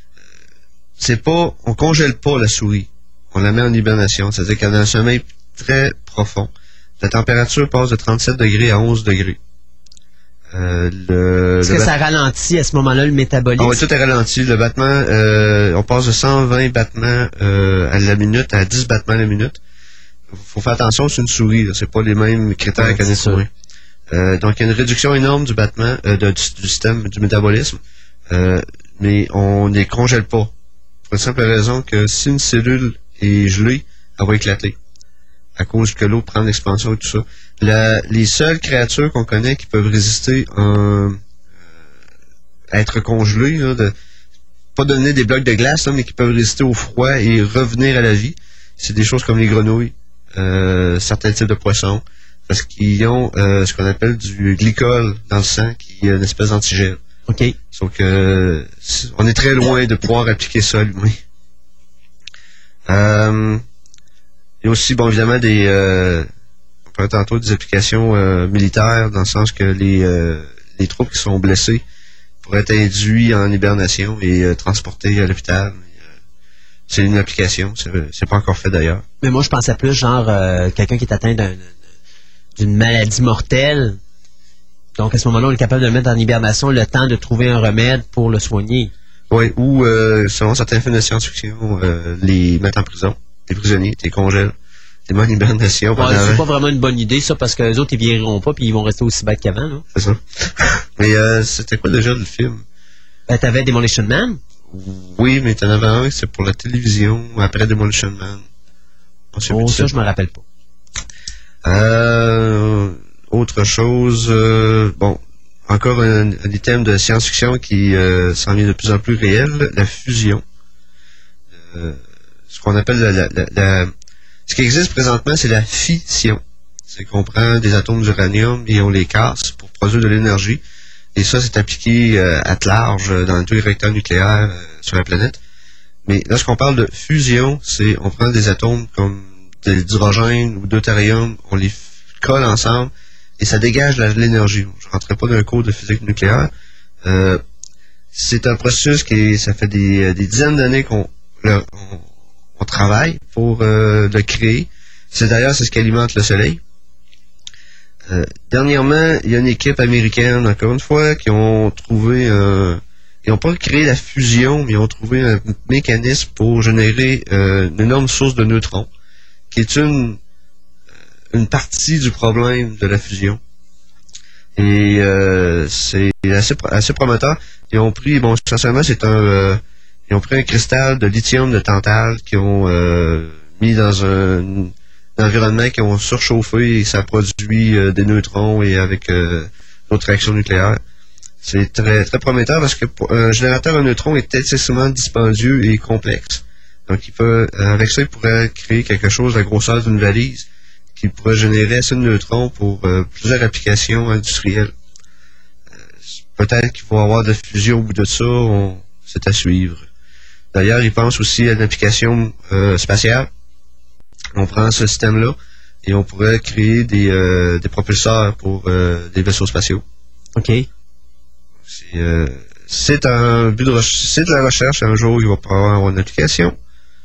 on congèle pas la souris. On la met en hibernation. C'est-à-dire qu'elle a un sommeil très profond. La température passe de 37 degrés à 11 degrés. Est-ce que ça ralentit à ce moment-là le métabolisme? Oui, tout est ralenti. Le battement, on passe de 120 battements à la minute à 10 battements à la minute. Faut faire attention, c'est une souris. C'est pas les mêmes critères qu'un être humain. Donc, il y a une réduction énorme du battement, du système, du métabolisme. Mais on ne les congèle pas. Pour la simple raison que si une cellule est gelée, elle va éclater. À cause que l'eau prend l'expansion et tout ça. Les seules créatures qu'on connaît qui peuvent résister à être congelées, là, pas donner des blocs de glace, là, mais qui peuvent résister au froid et revenir à la vie, c'est des choses comme les grenouilles, certains types de poissons, parce qu'ils ont ce qu'on appelle du glycol dans le sang, qui est une espèce d'antigel. OK. Donc, on est très loin de pouvoir appliquer ça à l'humain. Il y a aussi, bon, évidemment, on parlait tantôt des applications militaires, dans le sens que les troupes qui sont blessées pourraient être induits en hibernation et transportés à l'hôpital. C'est une application, c'est pas encore fait d'ailleurs. Mais moi, je pensais plus genre quelqu'un qui est atteint d'une maladie mortelle. Donc, à ce moment-là, on est capable de le mettre en hibernation le temps de trouver un remède pour le soigner. Oui, ou selon certains films de science-fiction, les mettre en prison. Les prisonniers, t'es congèles, t'es mis en hibernation. Ouais, c'est pas vraiment une bonne idée, ça, parce que les autres, ils vieilliront pas, puis ils vont rester aussi bêtes qu'avant, là. C'est ça. Mais c'était quoi déjà le film? Ben, t'avais Demolition Man? Oui, mais t'en avais un, c'est pour la télévision, après Demolition Man. Oh, ça, je me rappelle pas. Autre chose, bon, encore un item de science-fiction qui s'en vient de plus en plus réel, la fusion. Ce qu'on appelle ce qui existe présentement, c'est la fission. C'est qu'on prend des atomes d'uranium et on les casse pour produire de l'énergie. Et ça, c'est appliqué à large dans tous les réacteurs nucléaires sur la planète. Mais lorsqu'on parle de fusion, c'est on prend des atomes comme de l'hydrogène ou deutérium, on les colle ensemble et ça dégage de l'énergie. Je ne rentrerai pas dans un cours de physique nucléaire. C'est un processus ça fait des dizaines d'années qu'on travaille pour le créer. C'est ce qui alimente le Soleil. Dernièrement, il y a une équipe américaine, encore une fois, qui ont trouvé ils n'ont pas créé la fusion, mais ils ont trouvé un mécanisme pour générer une énorme source de neutrons, qui est une partie du problème de la fusion. Et c'est assez prometteur. Ils ont pris, essentiellement, ils ont pris un cristal de lithium de tantale qu'ils ont mis dans un environnement qui ont surchauffé et ça produit des neutrons et avec d'autres réactions nucléaires. C'est très, très prometteur parce que un générateur à neutrons est excessivement dispendieux et complexe. Donc, avec ça, il pourrait créer quelque chose de la grosseur d'une valise qui pourrait générer assez de neutrons pour plusieurs applications industrielles. Peut-être qu'il va y avoir de la fusion au bout de ça, c'est à suivre. D'ailleurs, il pense aussi à une application spatiale. On prend ce système-là et on pourrait créer des propulseurs pour des vaisseaux spatiaux. OK. C'est un but c'est de la recherche. Un jour, il va pouvoir avoir une application.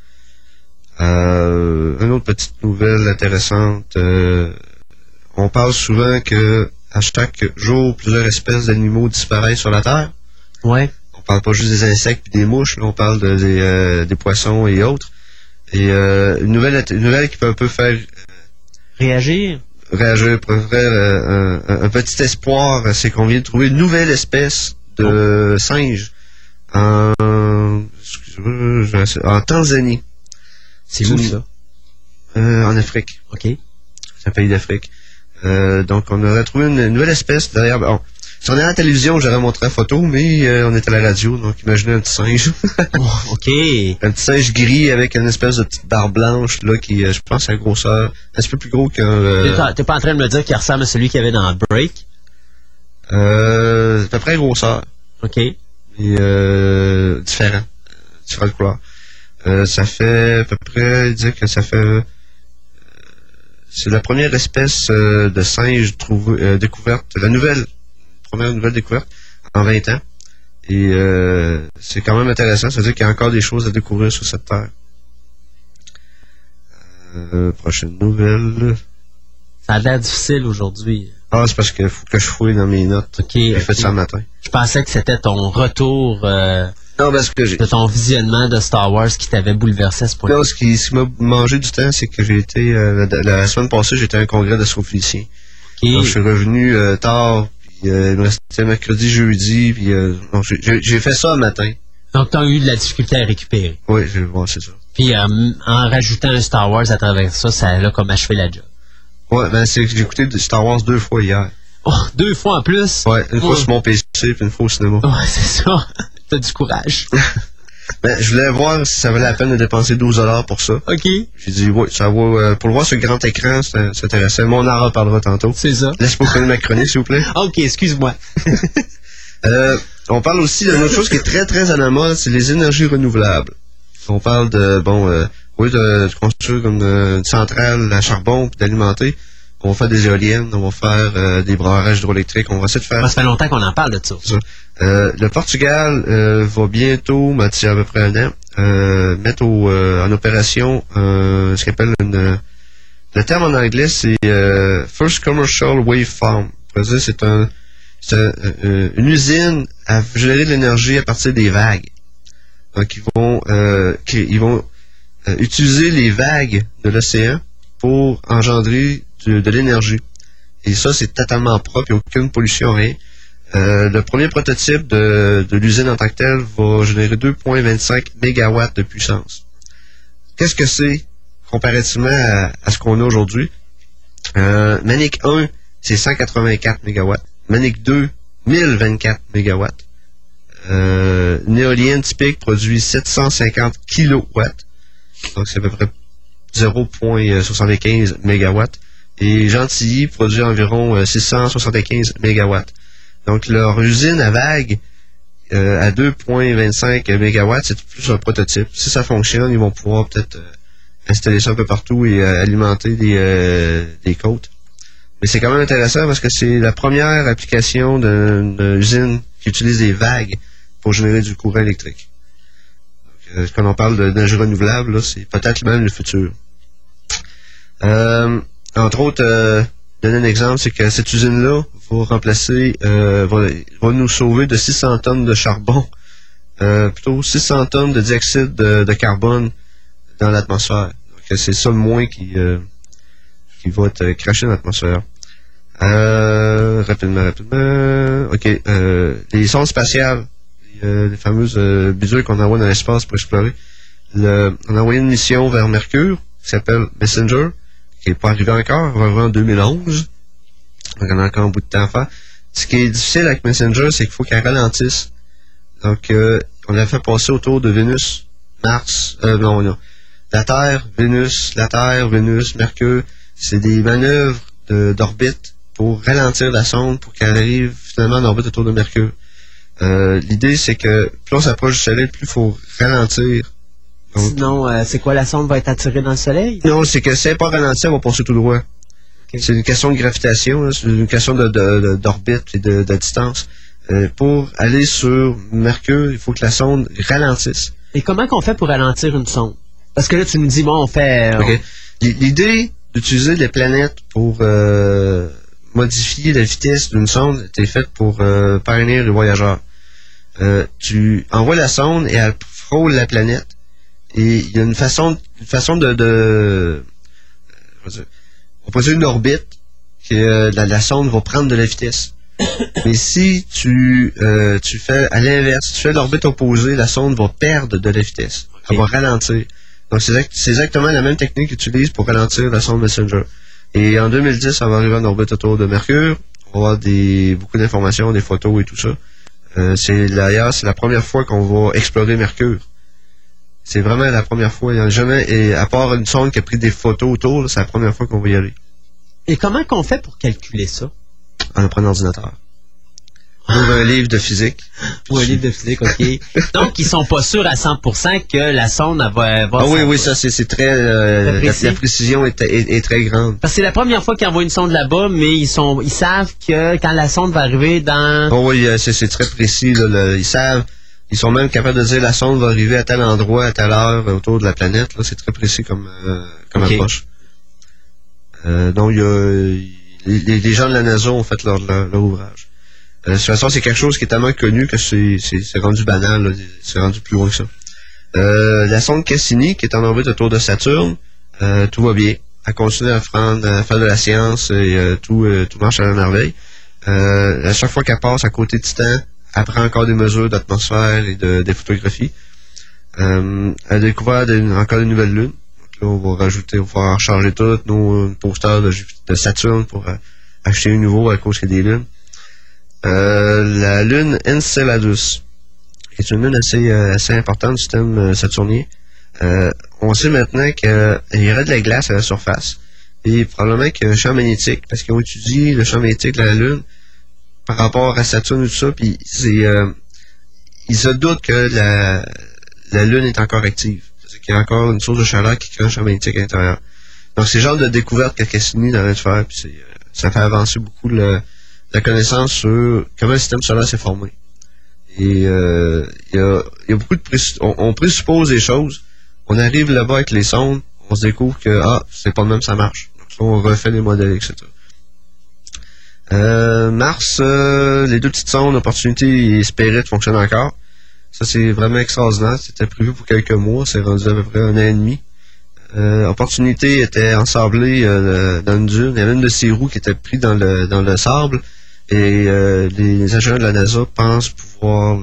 Une autre petite nouvelle intéressante. On parle souvent que à chaque jour, plusieurs espèces d'animaux disparaissent sur la Terre. Ouais. On parle pas juste des insectes et des mouches, là, on parle des poissons et autres. Et une nouvelle qui peut un peu faire réagir, pour faire un petit espoir, c'est qu'on vient de trouver une nouvelle espèce de singe en Tanzanie. C'est où ça? En Afrique. OK. C'est un pays d'Afrique. Donc on aurait trouvé une nouvelle espèce. D'ailleurs, si on est à la télévision, j'aurais montré la photo, mais on est à la radio, donc imaginez un petit singe. OK. Un petit singe gris avec une espèce de petite barre blanche là qui, je pense, à grosseur un petit peu plus gros qu'un... T'es pas en train de me dire qu'il ressemble à celui qu'il y avait dans Break? C'est à peu près grosseur. OK. Et différent de couleur. Ça fait à peu près, il dit que ça fait... c'est la première espèce de singe découverte, première nouvelle découverte en 20 ans. Et c'est quand même intéressant, c'est-à-dire qu'il y a encore des choses à découvrir sur cette terre. Prochaine nouvelle. Ça a l'air difficile aujourd'hui. Ah, c'est parce qu'il faut que je fouille dans mes notes. OK. J'ai fait ça le matin. Je pensais que c'était ton retour non, parce que de ton visionnement de Star Wars qui t'avait bouleversé à ce point-là. Non, ce qui m'a mangé du temps, c'est que j'ai été... la semaine passée, j'étais à un congrès d'astrophysiciens. Okay. Donc, je suis revenu tard, puis il me restait mercredi, jeudi, puis donc j'ai fait ça le matin. Donc, tu as eu de la difficulté à récupérer. Oui, c'est ça. Puis, en rajoutant un Star Wars à travers ça, ça a comme achevé la job. Ouais, c'est que j'ai écouté Star Wars 2 fois hier. Oh, 2 fois en plus? Ouais, une fois sur mon PC, puis une fois au cinéma. Ouais, c'est ça. T'as du courage. Je voulais voir si ça valait la peine de dépenser 12$ pour ça. OK. J'ai dit, oui, ça vaut... pour le voir sur le grand écran, c'est intéressant. Mais on en reparlera tantôt. C'est ça. Laisse-moi connaître ma chronique, s'il vous plaît. OK, excuse-moi. On parle aussi d'une autre chose qui est très, très à la mode, c'est les énergies renouvelables. On parle de construire comme une centrale à charbon puis d'alimenter. On va faire des éoliennes, on va faire des barrages hydroélectriques, on va essayer de faire... Ça fait longtemps qu'on en parle de ça. Le Portugal va bientôt, d'ici à peu près un an, mettre en opération ce qu'on appelle le terme en anglais, c'est First Commercial Wave Farm. C'est une usine à générer de l'énergie à partir des vagues. Donc ils vont utiliser les vagues de l'océan pour engendrer de l'énergie. Et ça, c'est totalement propre, il n'y a aucune pollution, rien. Le premier prototype de l'usine en tant que telle va générer 2,25 mégawatts de puissance. Qu'est-ce que c'est comparativement à ce qu'on a aujourd'hui? Manic 1, c'est 184 mégawatts. Manic 2, 1024 MW. Une éolienne typique produit 750 kW. Donc, c'est à peu près 0,75 MW. Et Gentilly produit environ 675 MW. Donc, leur usine à vague à 2,25 MW, c'est plus un prototype. Si ça fonctionne, ils vont pouvoir peut-être installer ça un peu partout et alimenter des côtes. Mais c'est quand même intéressant parce que c'est la première application d'une usine qui utilise des vagues pour générer du courant électrique. Donc, quand on parle d'énergie renouvelable, là, c'est peut-être même le futur. Entre autres, donner un exemple, c'est que cette usine-là va remplacer, va nous sauver de 600 tonnes de charbon, plutôt 600 tonnes de dioxyde de carbone dans l'atmosphère. Donc, c'est ça le moins qui va être craché dans l'atmosphère. Rapidement. OK. Les sondes spatiales, les fameuses bidules qu'on envoie dans l'espace pour explorer. On a envoyé une mission vers Mercure qui s'appelle Messenger, qui n'est pas arrivé encore, va arriver en 2011. Donc, on a encore un bout de temps à faire. Ce qui est difficile avec Messenger, c'est qu'il faut qu'elle ralentisse. Donc, on l'a fait passer autour de Vénus, Mars, non. La Terre, Vénus, Mercure. C'est des manœuvres d'orbite pour ralentir la sonde pour qu'elle arrive finalement en orbite autour de Mercure. L'idée, c'est que plus on s'approche du Soleil, plus il faut ralentir. Donc, sinon, c'est quoi, la sonde va être attirée dans le Soleil? Non, c'est que si elle n'est pas ralentie, elle va passer tout droit. Okay. C'est une question de gravitation, là, c'est une question d'orbite et de distance. Pour aller sur Mercure, il faut que la sonde ralentisse. Et comment qu'on fait pour ralentir une sonde? Parce que là, tu nous dis, bon, on fait... Okay. L'idée d'utiliser les planètes pour modifier la vitesse d'une sonde était faite pour prévenir les voyageurs. Tu envoies la sonde et elle frôle la planète. Et il y a une façon de on peut dire une orbite que la sonde va prendre de la vitesse. Mais si tu fais à l'inverse, si tu fais l'orbite opposée, la sonde va perdre de la vitesse. Elle va ralentir. Donc c'est exactement la même technique qu'ils utilisent pour ralentir la sonde Messenger. Et en 2010, ça va arriver en orbite autour de Mercure. On va avoir beaucoup d'informations, des photos et tout ça. D'ailleurs, c'est la première fois qu'on va explorer Mercure. C'est vraiment la première fois. Il n'y en a jamais, et à part une sonde qui a pris des photos autour, c'est la première fois qu'on va y aller. Et comment qu'on fait pour calculer ça? En prenant un ordinateur. On ouvre un livre de physique. Ou un livre de physique, OK. Donc, ils sont pas sûrs à 100% que la sonde va oui, ça, c'est très... la précision est très grande. Parce que c'est la première fois qu'ils envoient une sonde là-bas, mais ils savent que quand la sonde va arriver dans... Oh oui, c'est très précis. Là, ils sont même capables de dire la sonde va arriver à tel endroit, à telle heure, autour de la planète. Là, c'est très précis comme approche. Donc, les gens de la NASA ont fait leur ouvrage. De toute façon, c'est quelque chose qui est tellement connu que c'est rendu banal, là, c'est rendu plus loin que ça. La sonde Cassini, qui est en orbite autour de Saturne, tout va bien. Elle continue à faire de la science et tout marche à la merveille. À chaque fois qu'elle passe à côté de Titan, elle prend encore des mesures d'atmosphère et des photographies. Elle a découvert encore une nouvelle lune. Donc là, on va pouvoir recharger tous nos posters de Saturne pour acheter un nouveau à cause qu'il y a des lunes. La lune Enceladus, qui est une lune assez importante du système saturnien. On sait maintenant qu'il y aurait de la glace à la surface et probablement qu'il y a un champ magnétique, parce qu'ils ont étudié le champ magnétique de la lune par rapport à Saturne et tout ça, puis ils se doutent que la lune est encore active. C'est qu'il y a encore une source de chaleur qui crée un champ magnétique à l'intérieur. Donc c'est le genre de découverte que Cassini a de faire, puis ça fait avancer beaucoup la connaissance sur comment le système solaire s'est formé. Et il y a beaucoup de on présuppose des choses, on arrive là-bas avec les sondes, on se découvre que c'est pas le même, ça marche. Donc là, on refait les modèles, etc. Mars, les deux petites sondes, Opportunity et Spirit fonctionnent encore. Ça, c'est vraiment extraordinaire. C'était prévu pour quelques mois, c'est rendu à peu près 1 an et demi. Opportunité était ensablée dans une dune. Il y avait une de ses roues qui était prise dans le sable. Et les ingénieurs de la NASA pensent pouvoir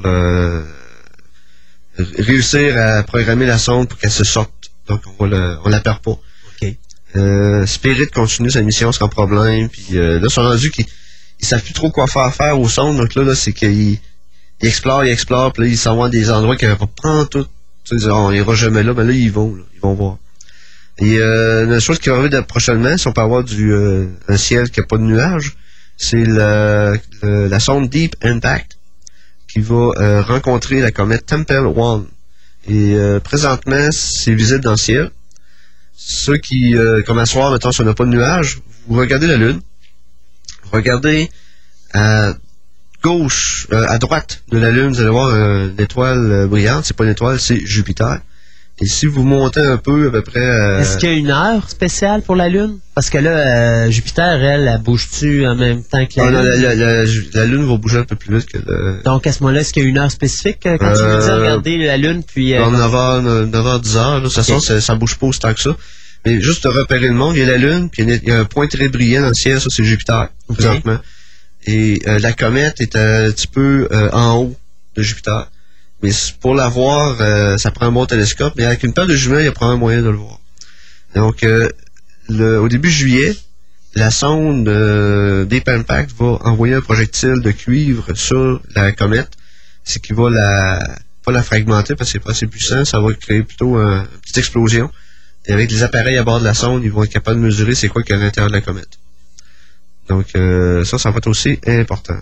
réussir à programmer la sonde pour qu'elle se sorte. Donc on la perd pas. Okay. Spirit continue sa mission sans problème. Puis là, ils sont rendus qu'ils ils savent plus trop quoi faire au son. Donc là c'est qu'ils explorent, puis là, ils s'en vont des endroits qu'ils n'avaient pas prendre tout. Tu sais, on ira jamais là, mais là, ils vont voir. Et une chose qui va arriver prochainement, si on peut avoir un ciel qui n'a pas de nuages, c'est la sonde Deep Impact qui va rencontrer la comète Tempel 1. Et présentement, c'est visible dans le ciel. Ceux qui, comme à soir, mettons, si on n'a pas de nuages, vous regardez la Lune, vous regardez à gauche, à droite de la Lune, vous allez voir une étoile brillante. C'est pas une étoile, c'est Jupiter. Et si vous montez un peu, à peu près... Est-ce qu'il y a une heure spéciale pour la Lune? Parce que là, Jupiter, elle bouge-tu en même temps que la Lune? La Lune va bouger un peu plus vite que le... Donc, à ce moment-là, est-ce qu'il y a une heure spécifique quand tu veux dire regarder la Lune, puis... 9h, 10h, de toute façon, ça bouge pas aussi tant que ça. Mais juste de repérer le monde, il y a la Lune, puis il y a un point très brillant dans le ciel, ça c'est Jupiter, présentement. Et la comète est un petit peu en haut de Jupiter. Mais pour la voir, ça prend un bon télescope. Mais avec une paire de jumelles, il y a probablement moyen de le voir. Donc, au début juillet, la sonde Deep Impact va envoyer un projectile de cuivre sur la comète. C'est qui va pas la fragmenter parce que c'est pas assez puissant. Ça va créer plutôt une petite explosion. Et avec les appareils à bord de la sonde, ils vont être capables de mesurer c'est quoi qu'il y a à l'intérieur de la comète. Donc, ça va être aussi important.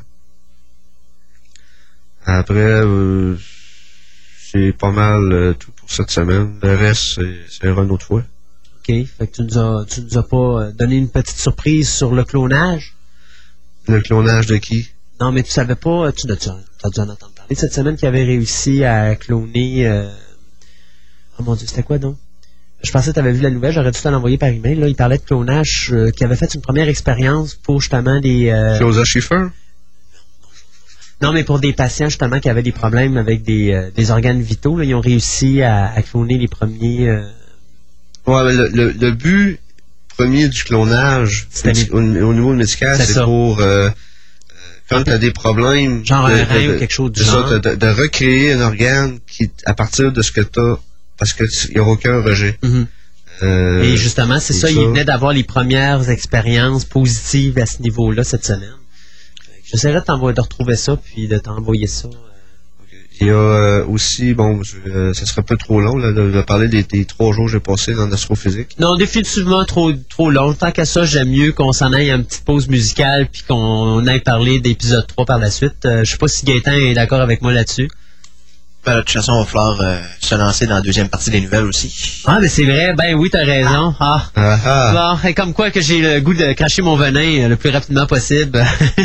Après, c'est pas mal tout pour cette semaine. Le reste, c'est une autre fois. OK. Fait que tu nous as pas donné une petite surprise sur le clonage? Le clonage de qui? Non, mais tu savais pas, tu as dû en entendre parler cette semaine qu'il avait réussi à cloner... Oh mon Dieu, c'était quoi donc? Je pensais que tu avais vu la nouvelle, j'aurais dû te l'envoyer par email. Là, il parlait de clonage, qui avait fait une première expérience pour justement des... Joseph Schiffer? Non, mais pour des patients justement qui avaient des problèmes avec des organes vitaux, là, ils ont réussi à cloner les premiers... Ouais, mais le but premier du clonage au niveau médical, c'est pour... quand tu as des problèmes... Genre un rein ou quelque chose du genre. C'est ça, de recréer un organe à partir de ce que tu as... Parce qu'il n'y aura aucun rejet. Mm-hmm. Et justement, c'est ça, il venait d'avoir les premières expériences positives à ce niveau-là cette semaine. J'essaierai de retrouver ça, puis de t'envoyer ça. Il y a aussi, bon, ça serait pas trop long là, de parler des 3 jours que j'ai passés en astrophysique. Non, définitivement trop long. Tant qu'à ça, j'aime mieux qu'on s'en aille à une petite pause musicale, puis qu'on aille parler d'épisode 3 par la suite. Je sais pas si Gaëtan est d'accord avec moi là-dessus. Ben, de toute façon, il va falloir se lancer dans la deuxième partie des nouvelles aussi. Ah, mais c'est vrai. Ben oui, t'as raison. Bon, et comme quoi que j'ai le goût de cracher mon venin le plus rapidement possible.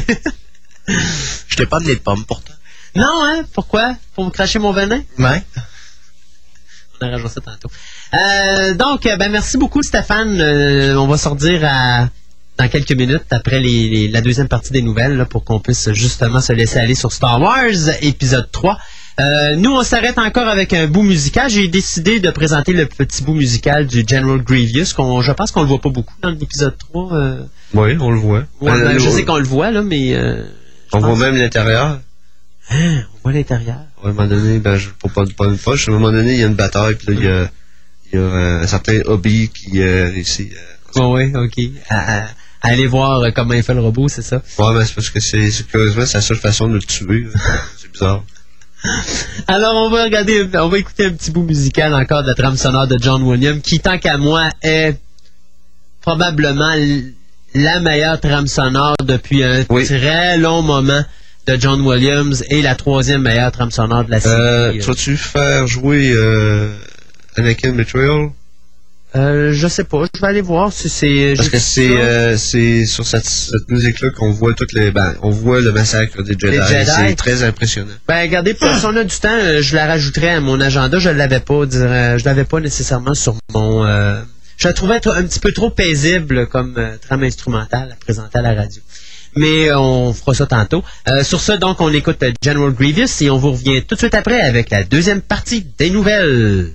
Je t'ai pas donné de pommes pourtant. Non, hein? Pourquoi? Pour me cracher mon venin? Ouais. On arrangera ça tantôt. Donc, ben merci beaucoup, Stéphane. On va sortir dans quelques minutes après la deuxième partie des nouvelles là, pour qu'on puisse justement se laisser aller sur Star Wars, épisode 3. Nous, on s'arrête encore avec un bout musical. J'ai décidé de présenter le petit bout musical du General Grievous. Je pense qu'on le voit pas beaucoup dans l'épisode 3. Oui, on le voit. Ouais, je sais qu'on le voit, là, mais... on voit même l'intérieur. Hein, on voit l'intérieur. À un moment donné, pour pas une poche, à un moment donné, il y a une bataille, puis là, il y a un certain Hobby qui réussit. Oui, OK. À aller voir comment il fait le robot, c'est ça? Ouais, mais c'est parce que curieusement, c'est la seule façon de le tuer. C'est bizarre. Alors, on va écouter un petit bout musical encore de la trame sonore de John Williams, qui, tant qu'à moi, est probablement la meilleure trame sonore depuis un très long moment de John Williams et la 3e meilleure trame sonore de la série. Vas-tu faire jouer Anakin Betrayal? Je sais pas, je vais aller voir si c'est... Parce que c'est sur cette musique-là qu'on voit on voit le massacre des Jedi. C'est très impressionnant. Ben, regardez, si on a du temps, je la rajouterai à mon agenda. Je l'avais pas nécessairement sur mon... je la trouvais un petit peu trop paisible comme trame instrumentale à présenter à la radio. Mais on fera ça tantôt. Sur ce, donc, on écoute General Grievous et on vous revient tout de suite après avec la deuxième partie des nouvelles.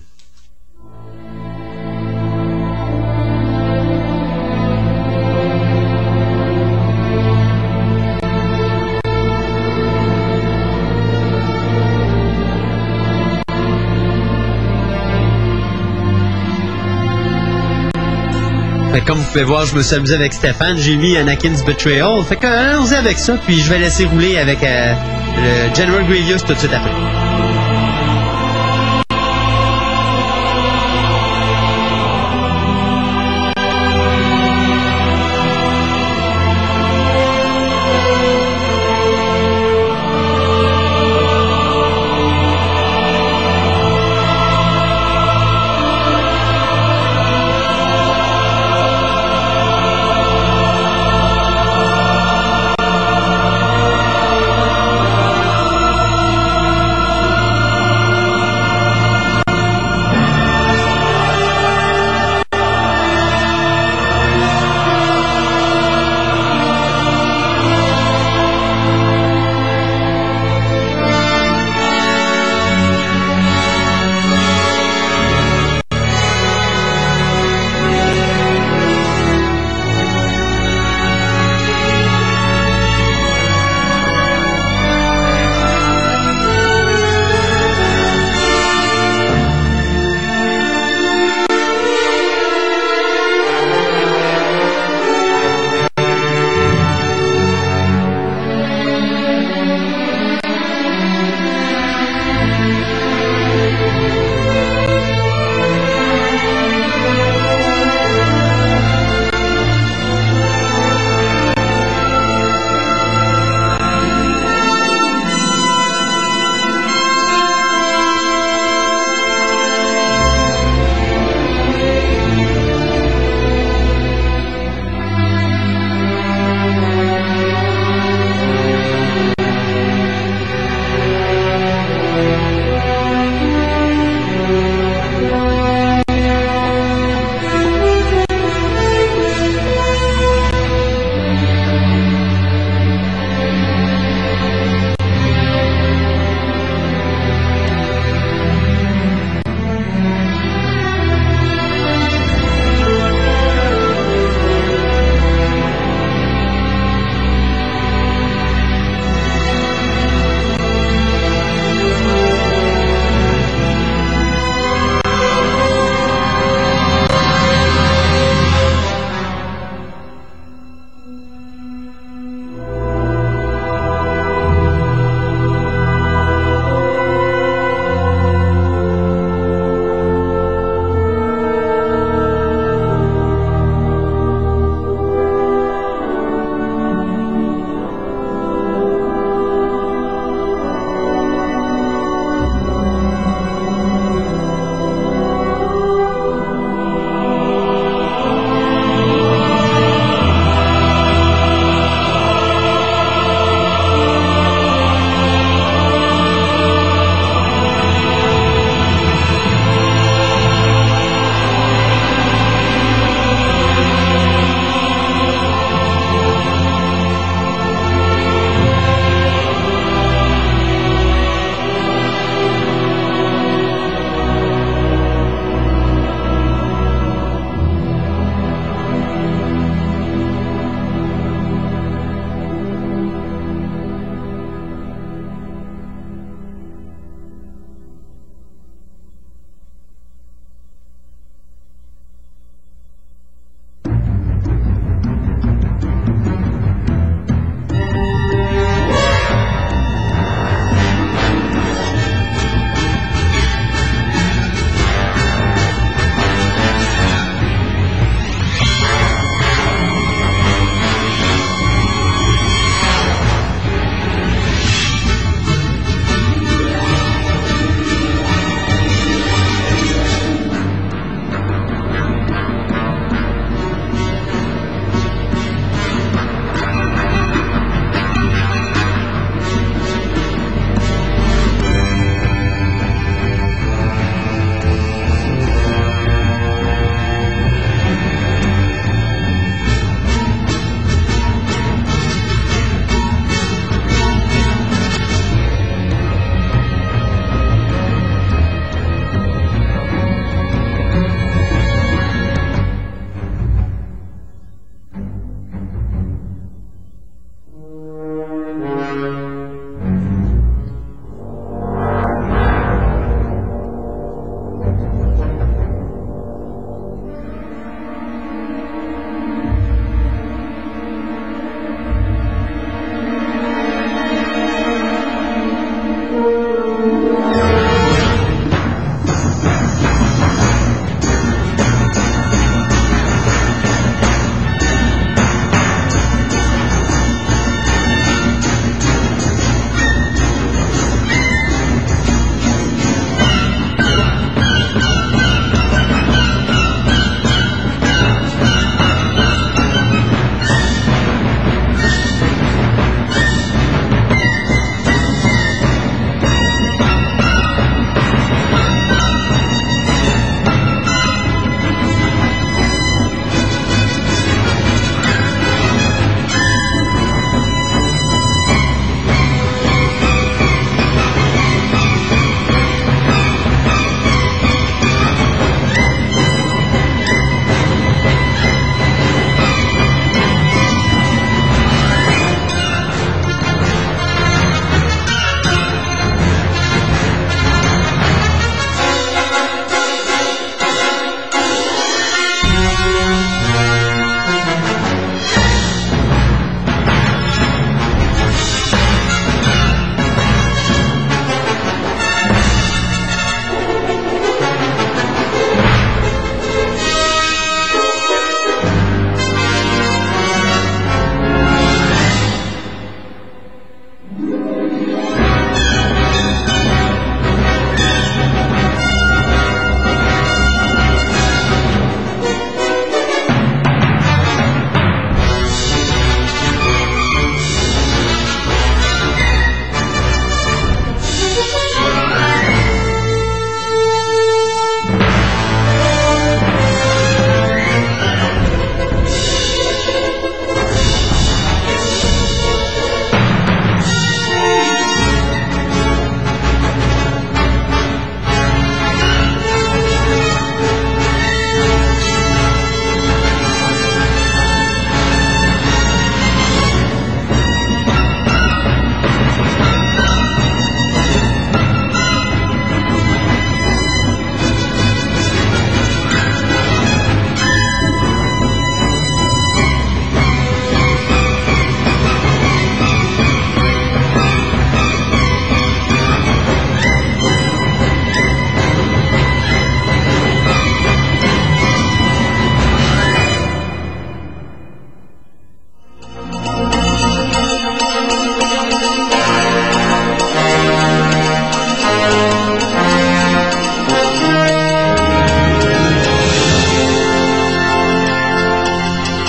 Fait que comme vous pouvez voir, je me suis amusé avec Stéphane. J'ai mis Anakin's Betrayal. Fait que allons-y avec ça, puis je vais laisser rouler avec le General Grievous tout de suite après.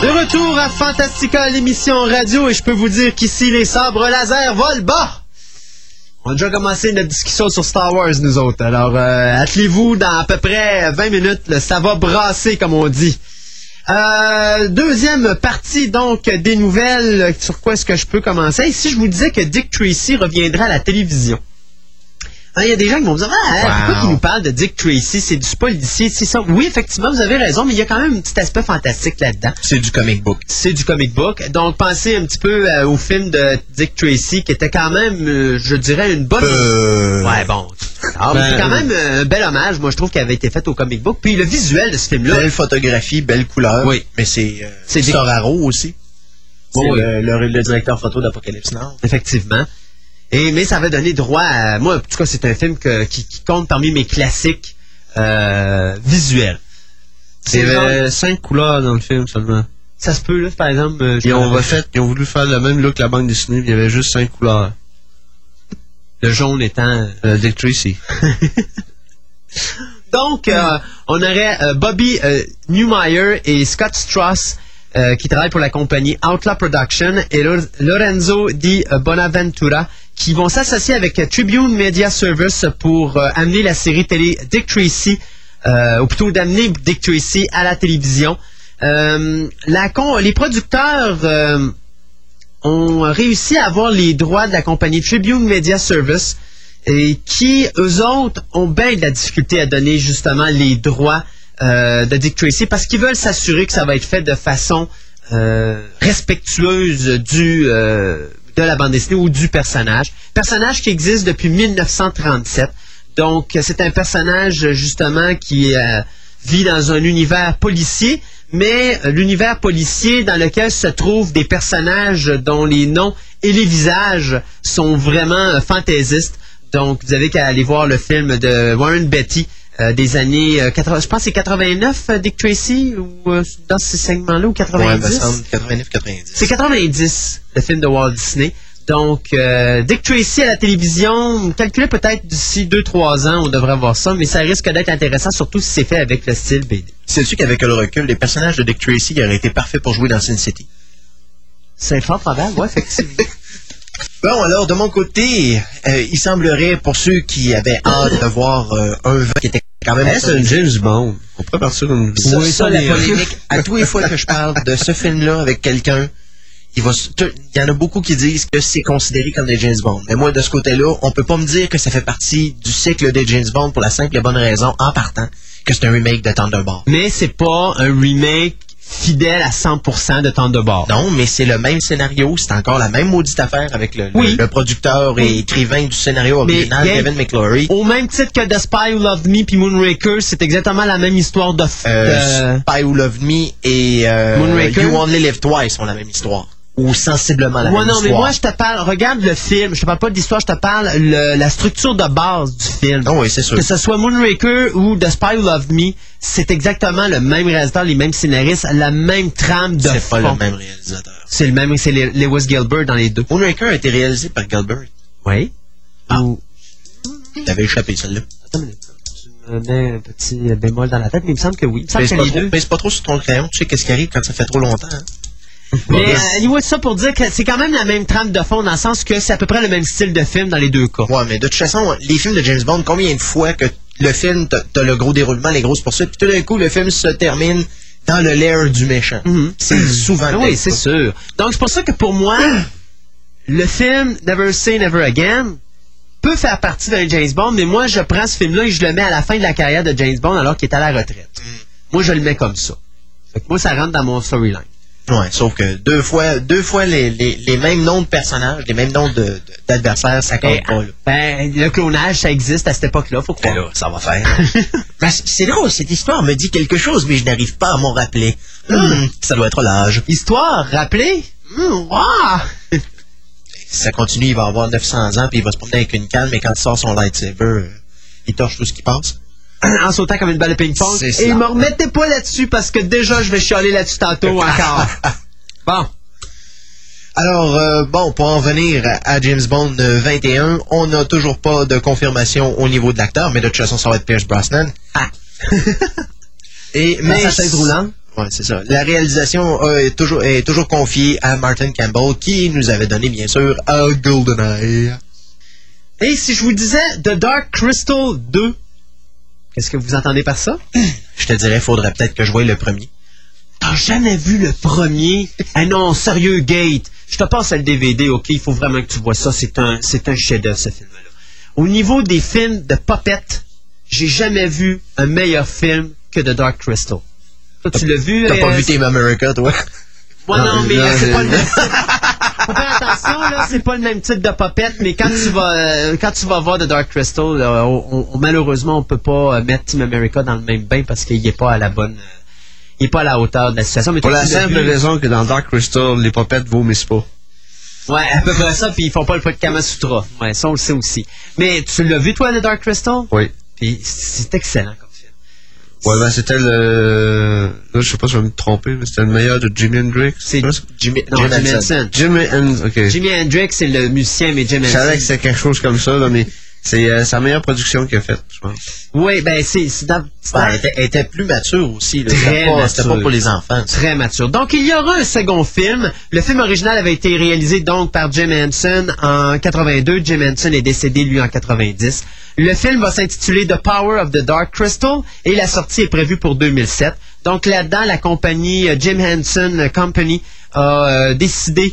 De retour à Fantastica, l'émission radio, et je peux vous dire qu'ici, les sabres laser volent bas. On a déjà commencé notre discussion sur Star Wars, nous autres. Alors, attelez-vous dans à peu près 20 minutes. Ça va brasser, comme on dit. Deuxième partie, donc, des nouvelles. Sur quoi est-ce que je peux commencer? Ici, je vous disais que Dick Tracy reviendra à la télévision. Il y a des gens qui vont me dire, pourquoi il nous parle de Dick Tracy? C'est du policier, c'est ça. Oui, effectivement, vous avez raison, mais il y a quand même un petit aspect fantastique là-dedans. C'est du comic book. C'est du comic book. Donc, pensez un petit peu au film de Dick Tracy, qui était quand même, je dirais, une bonne... Ouais, bon. C'est quand même un bel hommage, moi, je trouve, qui avait été fait au comic book. Puis le visuel de ce film-là... Belle photographie, belle couleur. Oui. Mais c'est Storaro aussi. C'est le directeur photo d'Apocalypse Now. Effectivement. Mais ça avait donné droit à... Moi, en tout cas, c'est un film qui compte parmi mes classiques visuels. Il y avait 5 couleurs dans le film seulement. Ça se peut, là, par exemple... Ils ont voulu faire le même look que la bande dessinée, il y avait juste 5 couleurs. Le jaune étant... Dick Tracy. Donc, on aurait Bobby Newmeyer et Scott Strauss qui travaillent pour la compagnie Outlaw Production et Lorenzo Di Bonaventura qui vont s'associer avec Tribune Media Service pour amener la série télé Dick Tracy, ou plutôt d'amener Dick Tracy à la télévision. Les producteurs ont réussi à avoir les droits de la compagnie Tribune Media Service et qui, eux autres, ont bien de la difficulté à donner justement les droits de Dick Tracy parce qu'ils veulent s'assurer que ça va être fait de façon respectueuse de la bande dessinée ou du personnage. Personnage qui existe depuis 1937. Donc, c'est un personnage justement qui vit dans un univers policier, mais l'univers policier dans lequel se trouvent des personnages dont les noms et les visages sont vraiment fantaisistes. Donc, vous avez qu'à aller voir le film de Warren Beatty des années 80, je pense que c'est 89, Dick Tracy, ou dans ces segments-là, ou 90? Ouais, me semble 89-90. C'est 90, le film de Walt Disney. Donc, Dick Tracy à la télévision, calculez peut-être d'ici 2-3 ans, on devrait voir ça, mais ça risque d'être intéressant, surtout si c'est fait avec le style BD. Sais-tu qu'avec le recul, les personnages de Dick Tracy auraient été parfaits pour jouer dans Sin City? C'est fort probable, ouais, effectivement. Bon, alors, de mon côté, il semblerait, pour ceux qui avaient hâte de voir un vin qui était quand même... c'est un James Bond. On pourrait partir d'une vidéo. Ça, la polémique, à tous les fois que je parle de ce film-là avec quelqu'un, il y en a beaucoup qui disent que c'est considéré comme des James Bond. Mais moi, de ce côté-là, on peut pas me dire que ça fait partie du cycle des James Bond pour la simple et bonne raison, en partant, que c'est un remake de Thunderball. Mais c'est pas un remake fidèle à 100% de Thunderball. Non, mais c'est le même scénario, c'est encore la même maudite affaire avec le producteur et écrivain du scénario original, Kevin McClory. Au même titre que The Spy Who Loved Me puis Moonraker, c'est exactement la même histoire de... Spy Who Loved Me et You Only Live Twice sont la même histoire. Ou sensiblement la même histoire. Mais moi, je te parle, regarde le film, je te parle pas de l'histoire, je te parle la structure de base du film. Oh oui, c'est sûr. Que ce soit Moonraker ou The Spy Who Loved Me, c'est exactement le même réalisateur, les mêmes scénaristes, la même trame de fond. C'est pas le même réalisateur. C'est le même, c'est Lewis Gilbert dans les deux. Moonraker a été réalisé par Gilbert. Oui. T'avais échappé, celle-là. Attends une minute. Tu me mets un petit bémol dans la tête, mais il me semble que oui. Il me semble que les deux. Pèse pas trop sur ton crayon, tu sais qu'est-ce qui arrive quand ça fait trop longtemps, hein? Mais anyway, ça pour dire que c'est quand même la même trame de fond dans le sens que c'est à peu près le même style de film dans les deux cas. Ouais, mais de toute façon, les films de James Bond, combien de fois que le film, t'as le gros déroulement, les grosses poursuites, puis tout d'un coup, le film se termine dans le lair du méchant. C'est souvent le cas. Oui, c'est sûr. Donc, c'est pour ça que pour moi, le film Never Say Never Again peut faire partie d'un James Bond, mais moi, je prends ce film-là et je le mets à la fin de la carrière de James Bond alors qu'il est à la retraite. Moi, je le mets comme ça. Fait que moi, ça rentre dans mon storyline. Ouais, sauf que deux fois les mêmes noms de personnages, les mêmes noms d'adversaires, ça compte pas, là. Ben, le clonage, ça existe à cette époque-là, faut croire. Ben là, ça va faire. Ben, c'est drôle, cette histoire me dit quelque chose, mais je n'arrive pas à m'en rappeler. Ça doit être l'âge. Histoire, rappelez? Wow! Si ça continue, il va avoir 900 ans, puis il va se promener avec une canne, mais quand il sort son lightsaber, il torche tout ce qui passe. En sautant comme une balle de ping-pong. Et me remettez pas là-dessus parce que déjà je vais chialer là-dessus tantôt encore. Bon. Alors, pour en venir à James Bond 21, on n'a toujours pas de confirmation au niveau de l'acteur, mais de toute façon, ça va être Pierce Brosnan. Mais sa chaise roulante. Ouais, c'est ça. La réalisation est toujours confiée à Martin Campbell, qui nous avait donné, bien sûr, un GoldenEye. Et si je vous disais The Dark Crystal 2, qu'est-ce que vous entendez par ça? Je te dirais, faudrait peut-être que je voie le premier. T'as jamais vu le premier? Ah non, sérieux, Gate. Je te passe le DVD, OK? Il faut vraiment que tu vois ça. C'est un chef-d'œuvre, ce film-là. Au niveau des films de Puppet, j'ai jamais vu un meilleur film que The Dark Crystal. Toi, tu l'as vu? T'as pas vu Team America, toi? Ouais, non, mais c'est pas le même type. Faut faire attention, là, c'est pas le même type de Puppet, mais quand tu vas voir The Dark Crystal, là, malheureusement, on peut pas mettre Team America dans le même bain parce qu'il est pas à la bonne... il est pas à la hauteur de la situation. Mais pour la simple raison que dans Dark Crystal, les puppets vomissent pas. Ouais, à peu près ça, puis ils font pas le pas de Kama Sutra. Ouais, ça, on le sait aussi. Mais tu l'as vu, toi, The Dark Crystal? Oui. Puis c'est excellent comme film. Ouais, ben c'était le... Là, je sais pas si je vais me tromper, mais c'était le meilleur de Jimi Hendrix. C'est Jimi Henson. Jimi Hendrix, c'est le musicien, mais Jimi Henson. Je savais que c'était quelque chose comme ça, là, mais c'est sa meilleure production qu'il a faite, je pense. Oui, ben elle était plus mature aussi. C'était pas pour les enfants. Très mature. Donc, il y aura un second film. Le film original avait été réalisé donc par Jim Henson en 82. Jim Henson est décédé, lui, en 90. Le film va s'intituler The Power of the Dark Crystal et la sortie est prévue pour 2007. Donc, là-dedans, la compagnie Jim Henson Company a décidé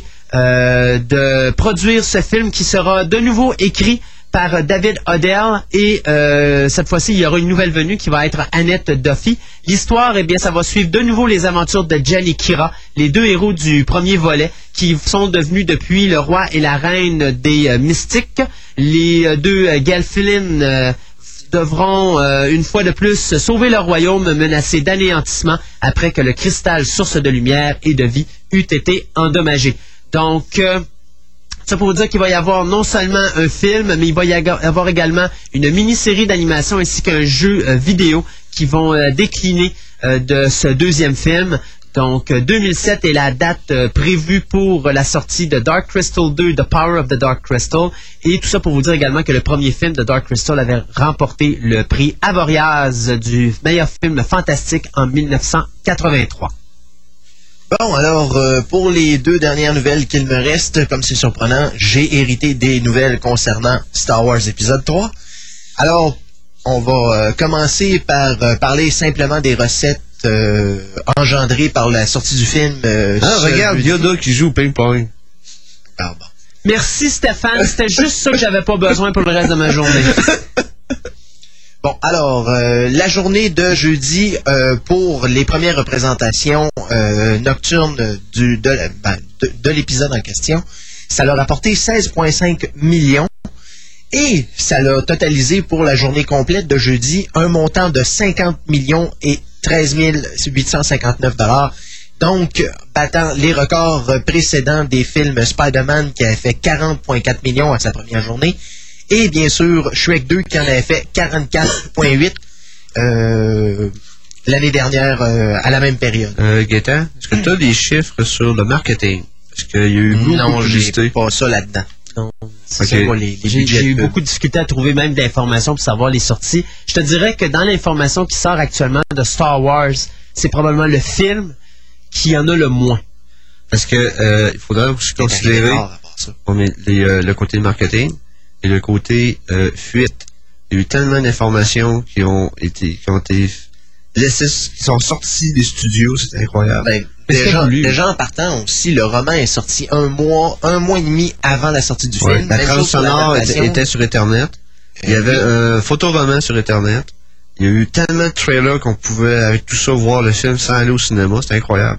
de produire ce film qui sera de nouveau écrit par David Odell et cette fois-ci, il y aura une nouvelle venue qui va être Annette Duffy. L'histoire, eh bien, ça va suivre de nouveau les aventures de Jen et Kira, les deux héros du premier volet, qui sont devenus depuis le roi et la reine des mystiques. Les deux Gelflin devront, une fois de plus, sauver leur royaume menacé d'anéantissement après que le cristal source de lumière et de vie eût été endommagé. Donc... ça pour vous dire qu'il va y avoir non seulement un film, mais il va y avoir également une mini-série d'animation ainsi qu'un jeu vidéo qui vont décliner de ce deuxième film. Donc, 2007 est la date prévue pour la sortie de Dark Crystal 2, The Power of the Dark Crystal. Et tout ça pour vous dire également que le premier film de Dark Crystal avait remporté le prix Avoriaz du meilleur film fantastique en 1983. Bon, alors, pour les deux dernières nouvelles qu'il me reste, comme c'est surprenant, j'ai hérité des nouvelles concernant Star Wars épisode 3. Alors, on va commencer par parler simplement des recettes engendrées par la sortie du film. Regarde, Yoda qui joue au ping-pong. Pardon. Merci Stéphane, c'était juste ça que j'avais pas besoin pour le reste de ma journée. Bon, alors, la journée de jeudi, pour les premières représentations nocturnes de l'épisode en question, ça leur a rapporté 16,5 millions et ça l'a totalisé pour la journée complète de jeudi un montant de 50 millions et 13 859 $. Donc, battant les records précédents des films Spider-Man qui avait fait 40,4 millions à sa première journée. Et bien sûr, Shrek 2 qui en avait fait 44,8 l'année dernière à la même période. Gaëtan, est-ce que tu as des chiffres sur le marketing? Est-ce qu'il y a eu beaucoup de publicité? Non, j'ai pas ça là-dedans. Non, c'est ça, moi, les j'ai eu beaucoup de difficultés à trouver même d'informations pour savoir les sorties. Je te dirais que dans l'information qui sort actuellement de Star Wars, c'est probablement le film qui en a le moins. Parce que il faudra aussi considérer le côté marketing et le côté fuite. Il y a eu tellement d'informations qui ont été laissées, qui sont sorties des studios, c'est incroyable. Ben, déjà en partant aussi, le roman est sorti un mois et demi avant la sortie du film. La trame sonore était sur Internet. Il y avait un photoroman sur Internet. Il y a eu tellement de trailers qu'on pouvait, avec tout ça, voir le film sans aller au cinéma. C'était incroyable.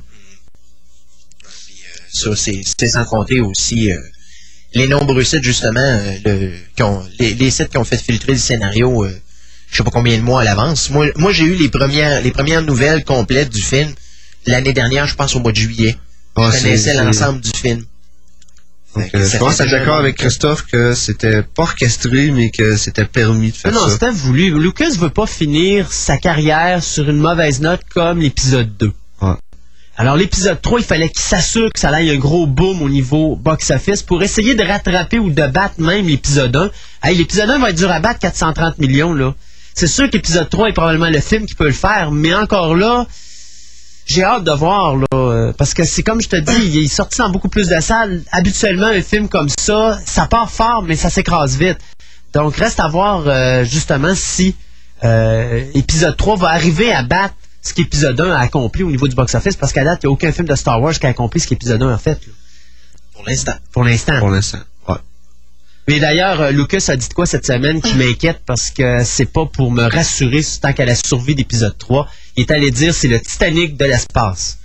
Ça, c'est sans compter aussi les nombreux sites, justement, les sites qui ont fait filtrer le scénario, je sais pas combien de mois à l'avance. Moi j'ai eu les premières nouvelles complètes du film l'année dernière, je pense au mois de juillet. Je connaissais l'ensemble du film. Donc, je pense être d'accord avec Christophe que c'était pas orchestré, mais que c'était permis de faire ça. Non, c'était voulu. Lucas veut pas finir sa carrière sur une mauvaise note comme l'épisode 2. Ouais. Alors, l'épisode 3, il fallait qu'il s'assure que ça aille un gros boom au niveau box-office pour essayer de rattraper ou de battre même l'épisode 1. Hey, l'épisode 1 va être dur à battre, 430 millions, là. C'est sûr que l'épisode 3 est probablement le film qui peut le faire, mais encore là, J'ai hâte de voir, là, parce que c'est comme je te dis, il est sorti dans beaucoup plus de salles. Habituellement, un film comme ça part fort, mais ça s'écrase vite. Donc, reste à voir, justement, si épisode 3 va arriver à battre ce qu'épisode 1 a accompli au niveau du box-office, parce qu'à date, il n'y a aucun film de Star Wars qui a accompli ce qu'épisode 1 a fait. Là. Pour l'instant. Ouais. Mais d'ailleurs, Lucas a dit de quoi cette semaine qui m'inquiète, parce que c'est pas pour me rassurer tant qu'à la survie d'épisode 3. Il est allé dire c'est le Titanic de l'espace.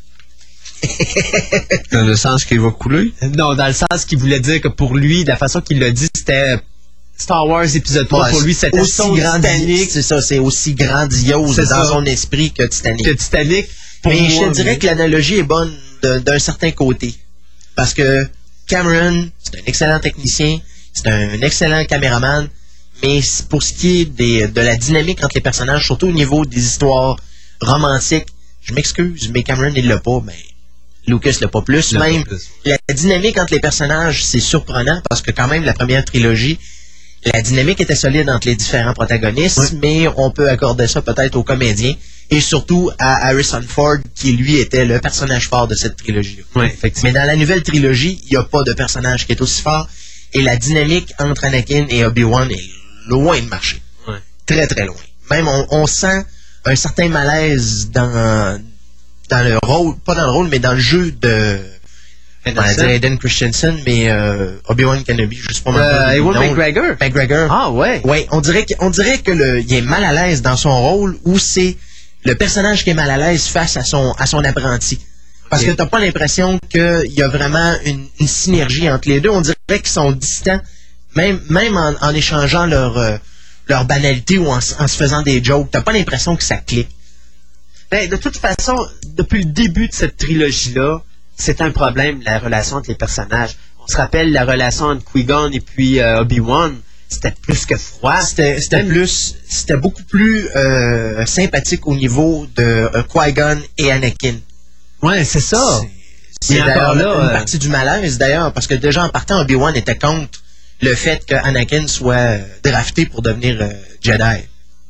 Dans le sens qu'il va couler? Non, dans le sens qu'il voulait dire que pour lui, de la façon qu'il l'a dit, c'était Star Wars épisode 3. Pour lui, c'était son Titanic. C'est ça, c'est aussi grandiose dans son esprit que Titanic. Mais je te dirais que l'analogie est bonne d'un certain côté. Parce que Cameron, c'est un excellent technicien, c'est un excellent caméraman, mais pour ce qui est de la dynamique entre les personnages, surtout au niveau des histoires romantiques, je m'excuse, mais Cameron, il l'a pas, mais Lucas l'a pas plus. Même la dynamique entre les personnages, c'est surprenant, parce que quand même, la première trilogie, la dynamique était solide entre les différents protagonistes, mais on peut accorder ça peut-être aux comédiens, et surtout à Harrison Ford, qui lui était le personnage fort de cette trilogie. Mais dans la nouvelle trilogie, il n'y a pas de personnage qui est aussi fort, et la dynamique entre Anakin et Obi-Wan est loin de marcher. Très, très loin. Même, on sent un certain malaise dans le rôle, pas dans le rôle, mais dans le jeu de... On va dire Hayden Christensen, mais Obi-Wan Kenobi, juste pour Ewan McGregor. Ah ouais. Ouais, on dirait que il est mal à l'aise dans son rôle, ou c'est le personnage qui est mal à l'aise face à son apprenti. Parce que t'as pas l'impression qu'il y a vraiment une synergie entre les deux. On dirait qu'ils sont distants, même en échangeant leur banalité ou en se faisant des jokes. T'as pas l'impression que ça clique. Ben, de toute façon, depuis le début de cette trilogie-là, c'est un problème, la relation entre les personnages. On se rappelle la relation entre Qui-Gon et puis Obi-Wan. C'était plus que froid. C'était beaucoup plus sympathique au niveau de Qui-Gon et Anakin. Ouais, c'est ça. C'est d'ailleurs une partie du malaise, d'ailleurs, parce que déjà en partant, Obi-Wan était contre le fait que Anakin soit drafté pour devenir Jedi.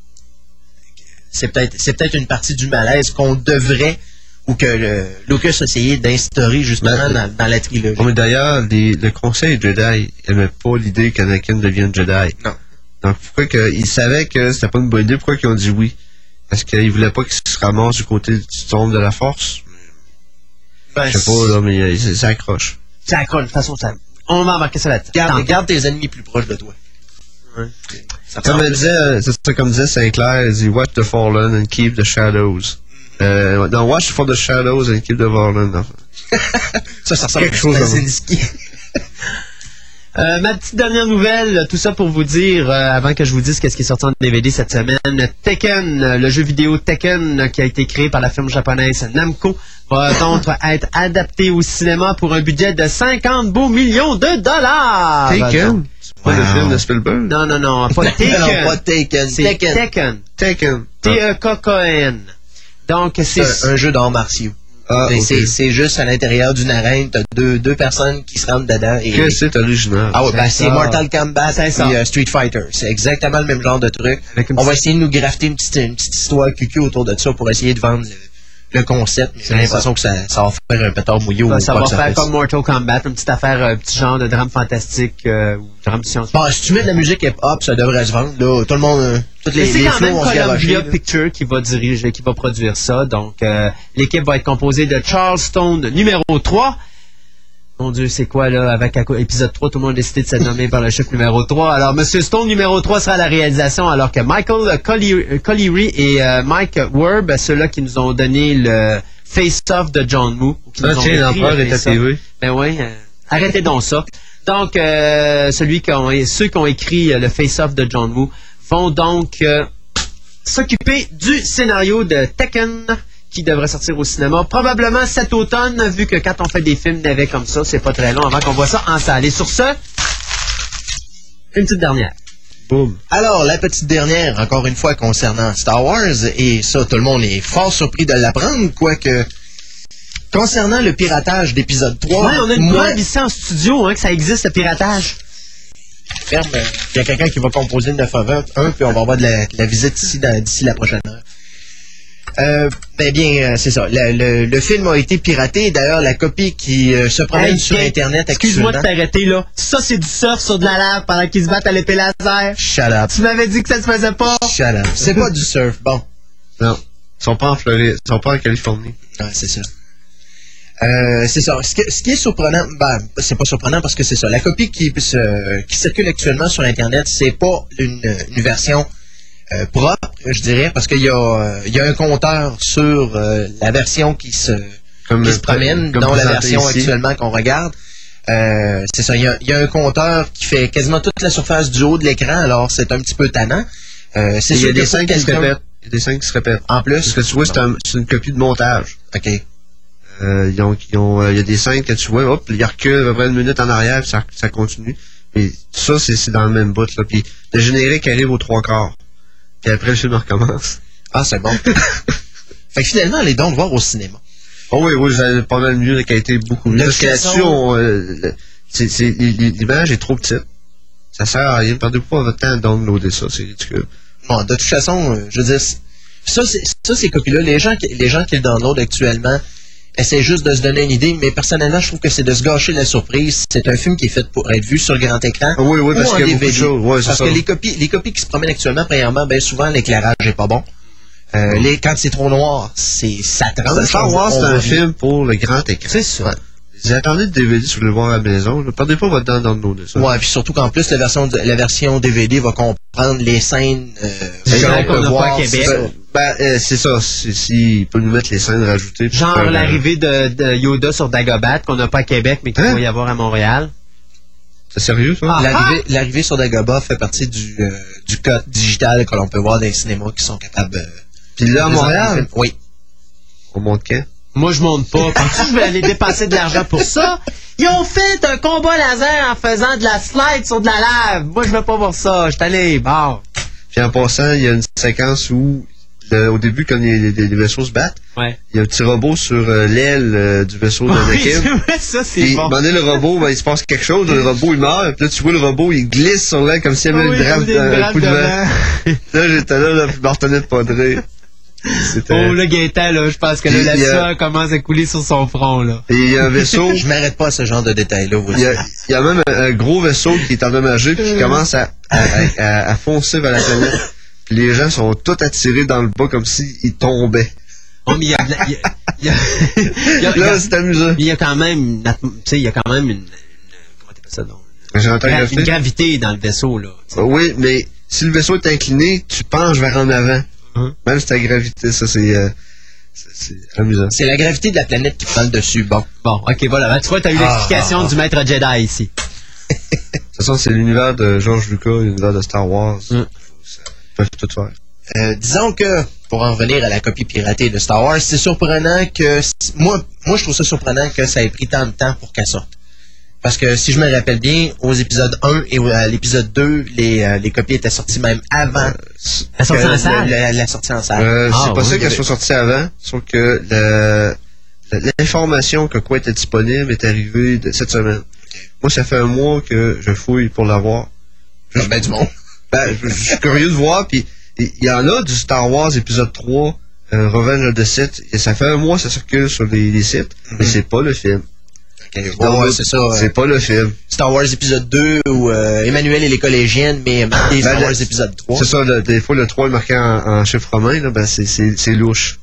C'est peut-être une partie du malaise qu'on devrait, ou que Lucas a essayé d'instaurer justement dans la trilogie. Mais d'ailleurs, le Conseil Jedi n'aimait pas l'idée qu'Anakin devienne Jedi. Non. Donc pourquoi ils savaient que c'était pas une bonne idée, pourquoi ils ont dit oui? Parce qu'ils voulaient pas qu'il se ramasse du côté du tombe de la Force. Ben, je sais pas, là, mais ça accroche. Ça accroche, de toute façon, on va embarquer ça là-dessus. Garde tes ennemis plus proches de toi. Ouais. Comme disait Sinclair, il dit Watch the Fallen and keep the shadows. Non, Watch for the shadows and keep the fallen. Ça ressemble quelque chose à Zelensky. Ma petite dernière nouvelle, tout ça pour vous dire, avant que je vous dise qu'est-ce qui est sorti en DVD cette semaine, Tekken, le jeu vidéo Tekken qui a été créé par la firme japonaise Namco, va donc être adapté au cinéma pour un budget de 50 beaux millions de dollars. Tekken? C'est pas le film de Spielberg? Non, pas Tekken. Non, pas Tekken. C'est Tekken. T-E-K-K-N. Donc, c'est un jeu d'arts martiaux. C'est juste à l'intérieur d'une arène, t'as deux personnes qui se rentrent dedans. Qu'est-ce que c'est original? Ah ouais, c'est Mortal Kombat et Street Fighter. C'est exactement le même genre de truc. On va essayer de nous grafter une petite histoire cucu autour de ça pour essayer de vendre le concept. J'ai l'impression que ça va faire un pétard mouillé. Ça va faire comme Mortal Kombat, une petite affaire, un petit genre de drame fantastique ou drame science. Bon, si tu mets de la musique hip-hop, ça devrait se vendre. Là, tout le monde, toutes les flots vont se garocher. C'est quand même Columbia Pictures qui va produire ça. Donc, l'équipe va être composée de Charles Stone, numéro 3. Mon Dieu, c'est quoi, là, avec épisode 3, tout le monde a décidé de se nommer par le chiffre numéro 3. Alors, Monsieur Stone, numéro 3, sera à la réalisation, alors que Michael Colleary et Mike Werb, ceux-là qui nous ont donné le face-off de John Woo. Tiens, l'empereur est à TV. Ben oui, arrêtez donc ça. Donc, ceux qui ont écrit le face-off de John Woo vont donc s'occuper du scénario de Tekken, qui devrait sortir au cinéma probablement cet automne, vu que quand on fait des films navets comme ça, c'est pas très long avant qu'on voit ça en salle. Et sur ce, une petite dernière. Boum. Alors, la petite dernière, encore une fois, concernant Star Wars, et ça, tout le monde est fort surpris de l'apprendre, quoique, concernant le piratage d'épisode 3... Ouais, on a une preuve ici en studio, que ça existe, le piratage. Ferme, il y a quelqu'un qui va composer le 9 avant, puis on va avoir de la visite d'ici la prochaine heure. C'est ça. Le film a été piraté. D'ailleurs, la copie qui se promène sur Internet excuse-moi de actuellement... t'arrêter, là. Ça, c'est du surf sur de la lave pendant qu'ils se battent à l'épée laser. Shut up. Tu m'avais dit que ça se faisait pas. Shut up. C'est pas du surf. Bon. Non. Ils sont pas en Floride. Ils sont pas en Californie. Ouais, c'est ça. C'est ça. Ce qui est surprenant, c'est pas surprenant parce que c'est ça. La copie qui circule actuellement sur Internet, c'est pas une version propre, je dirais, parce qu'il y a un compteur sur la version qui se promène, dont la version ici. actuellement qu'on regarde. C'est ça. Il y a un compteur qui fait quasiment toute la surface du haut de l'écran, alors c'est un petit peu tannant. C'est il y sûr a des que scènes qui se répètent. Il y a des scènes qui se répètent. En plus. Ce que tu vois, c'est une copie de montage. OK. Il y a des scènes que tu vois, hop, il recule à peu près une minute en arrière, puis ça continue. Et ça, c'est dans le même bout, là. Puis le générique arrive aux 3/4. Puis après, le film recommence. Ah, c'est bon. Fait que finalement, allez donc le voir au cinéma. Oh oui, vous avez pas mal mieux, la qualité est beaucoup mieux. Parce que là-dessus, l'image est trop petite. Ça sert à rien. Perdez pas votre temps à downloader ça, c'est ridicule. Bon, de toute façon, je veux dire, ces copies-là, les gens qui le downloadent actuellement essaient juste de se donner une idée, mais personnellement, je trouve que c'est de se gâcher la surprise. C'est un film qui est fait pour être vu sur grand écran. Oui, ou parce en qu'il y a DVD. beaucoup de choses. Ouais, parce que les copies qui se promènent actuellement, premièrement, bien souvent, l'éclairage est pas bon. Quand c'est trop noir, ça tranche. Star Wars, c'est un film pour le grand écran. C'est ça. Ouais. Si attendez le DVD si vous voulez le voir à la maison, ne perdez pas votre temps dans le dos de ça. Ouais, puis surtout qu'en plus, la version DVD va comprendre les scènes qu'on n'a pas à Québec. C'est ça. Il peut nous mettre les scènes rajoutées. Genre l'arrivée de Yoda sur Dagobah, qu'on n'a pas à Québec, mais qu'il va y avoir à Montréal. C'est sérieux, ça? L'arrivée sur Dagobah fait partie du code digital que l'on peut voir dans les cinémas qui sont capables... Puis là, à Montréal? Oui. On monte quand? Moi, je monte pas. Penses-tu que je vais aller dépenser de l'argent pour ça? Ils ont fait un combat laser en faisant de la slide sur de la lave. Moi, je vais pas voir ça. Je suis allé, bon. Puis en passant, il y a une séquence où, au début, quand les vaisseaux se battent, il y a un petit robot sur l'aile du vaisseau d'Anakin. Oui, ça, c'est bon. Puis, le robot, il se passe quelque chose, le robot, il meurt, puis là, tu vois le robot, il glisse sur l'aile comme s'il y avait un coup de vent. Là, j'étais là, puis je me retenais de pas de rire. Oh, le Gaëtan, là, je pense que la sueur commence à couler sur son front, là. Et il y a un vaisseau. Je m'arrête pas à ce genre de détails-là. Il y a même un gros vaisseau qui est endommagé, puis qui commence à foncer vers la planète. Puis les gens sont tous attirés dans le bas comme s'ils tombaient. Oh, mais là, c'est amusant. Il y a quand même, tu sais, il y a quand même une comment t'appelles ça, donc? Une gravité dans le vaisseau, là. Oui, mais si le vaisseau est incliné, tu penches vers en avant. Même si ta gravité, ça, c'est amusant. C'est la gravité de la planète qui prend le dessus. Bon, ok, voilà. Tu vois, t'as eu l'explication du maître Jedi ici. De toute façon, c'est l'univers de George Lucas, l'univers de Star Wars. Ils peuvent tout faire. Disons que, pour en revenir à la copie piratée de Star Wars, c'est surprenant que... Moi, je trouve ça surprenant que ça ait pris tant de temps pour qu'elle sorte. Parce que, si je me rappelle bien, aux épisodes 1 et à l'épisode 2, les copies étaient sorties même avant la sortie en salle. La sortie en salle. C'est pas ça qu'elles sont sorties avant, sauf que l'information que quoi était disponible est arrivée cette semaine. Moi, ça fait un mois que je fouille pour l'avoir. Ben du monde. Je suis curieux de voir, puis il y en a du Star Wars épisode 3, Revenge of the Sith, et ça fait un mois que ça circule sur les sites, mais c'est pas le film. C'est ça. C'est pas le film. Star Wars épisode 2 où Emmanuel et les collégiennes, mais marqué Star Wars épisode 3. C'est ça, des fois le 3 est marqué en chiffre romain, là, c'est louche.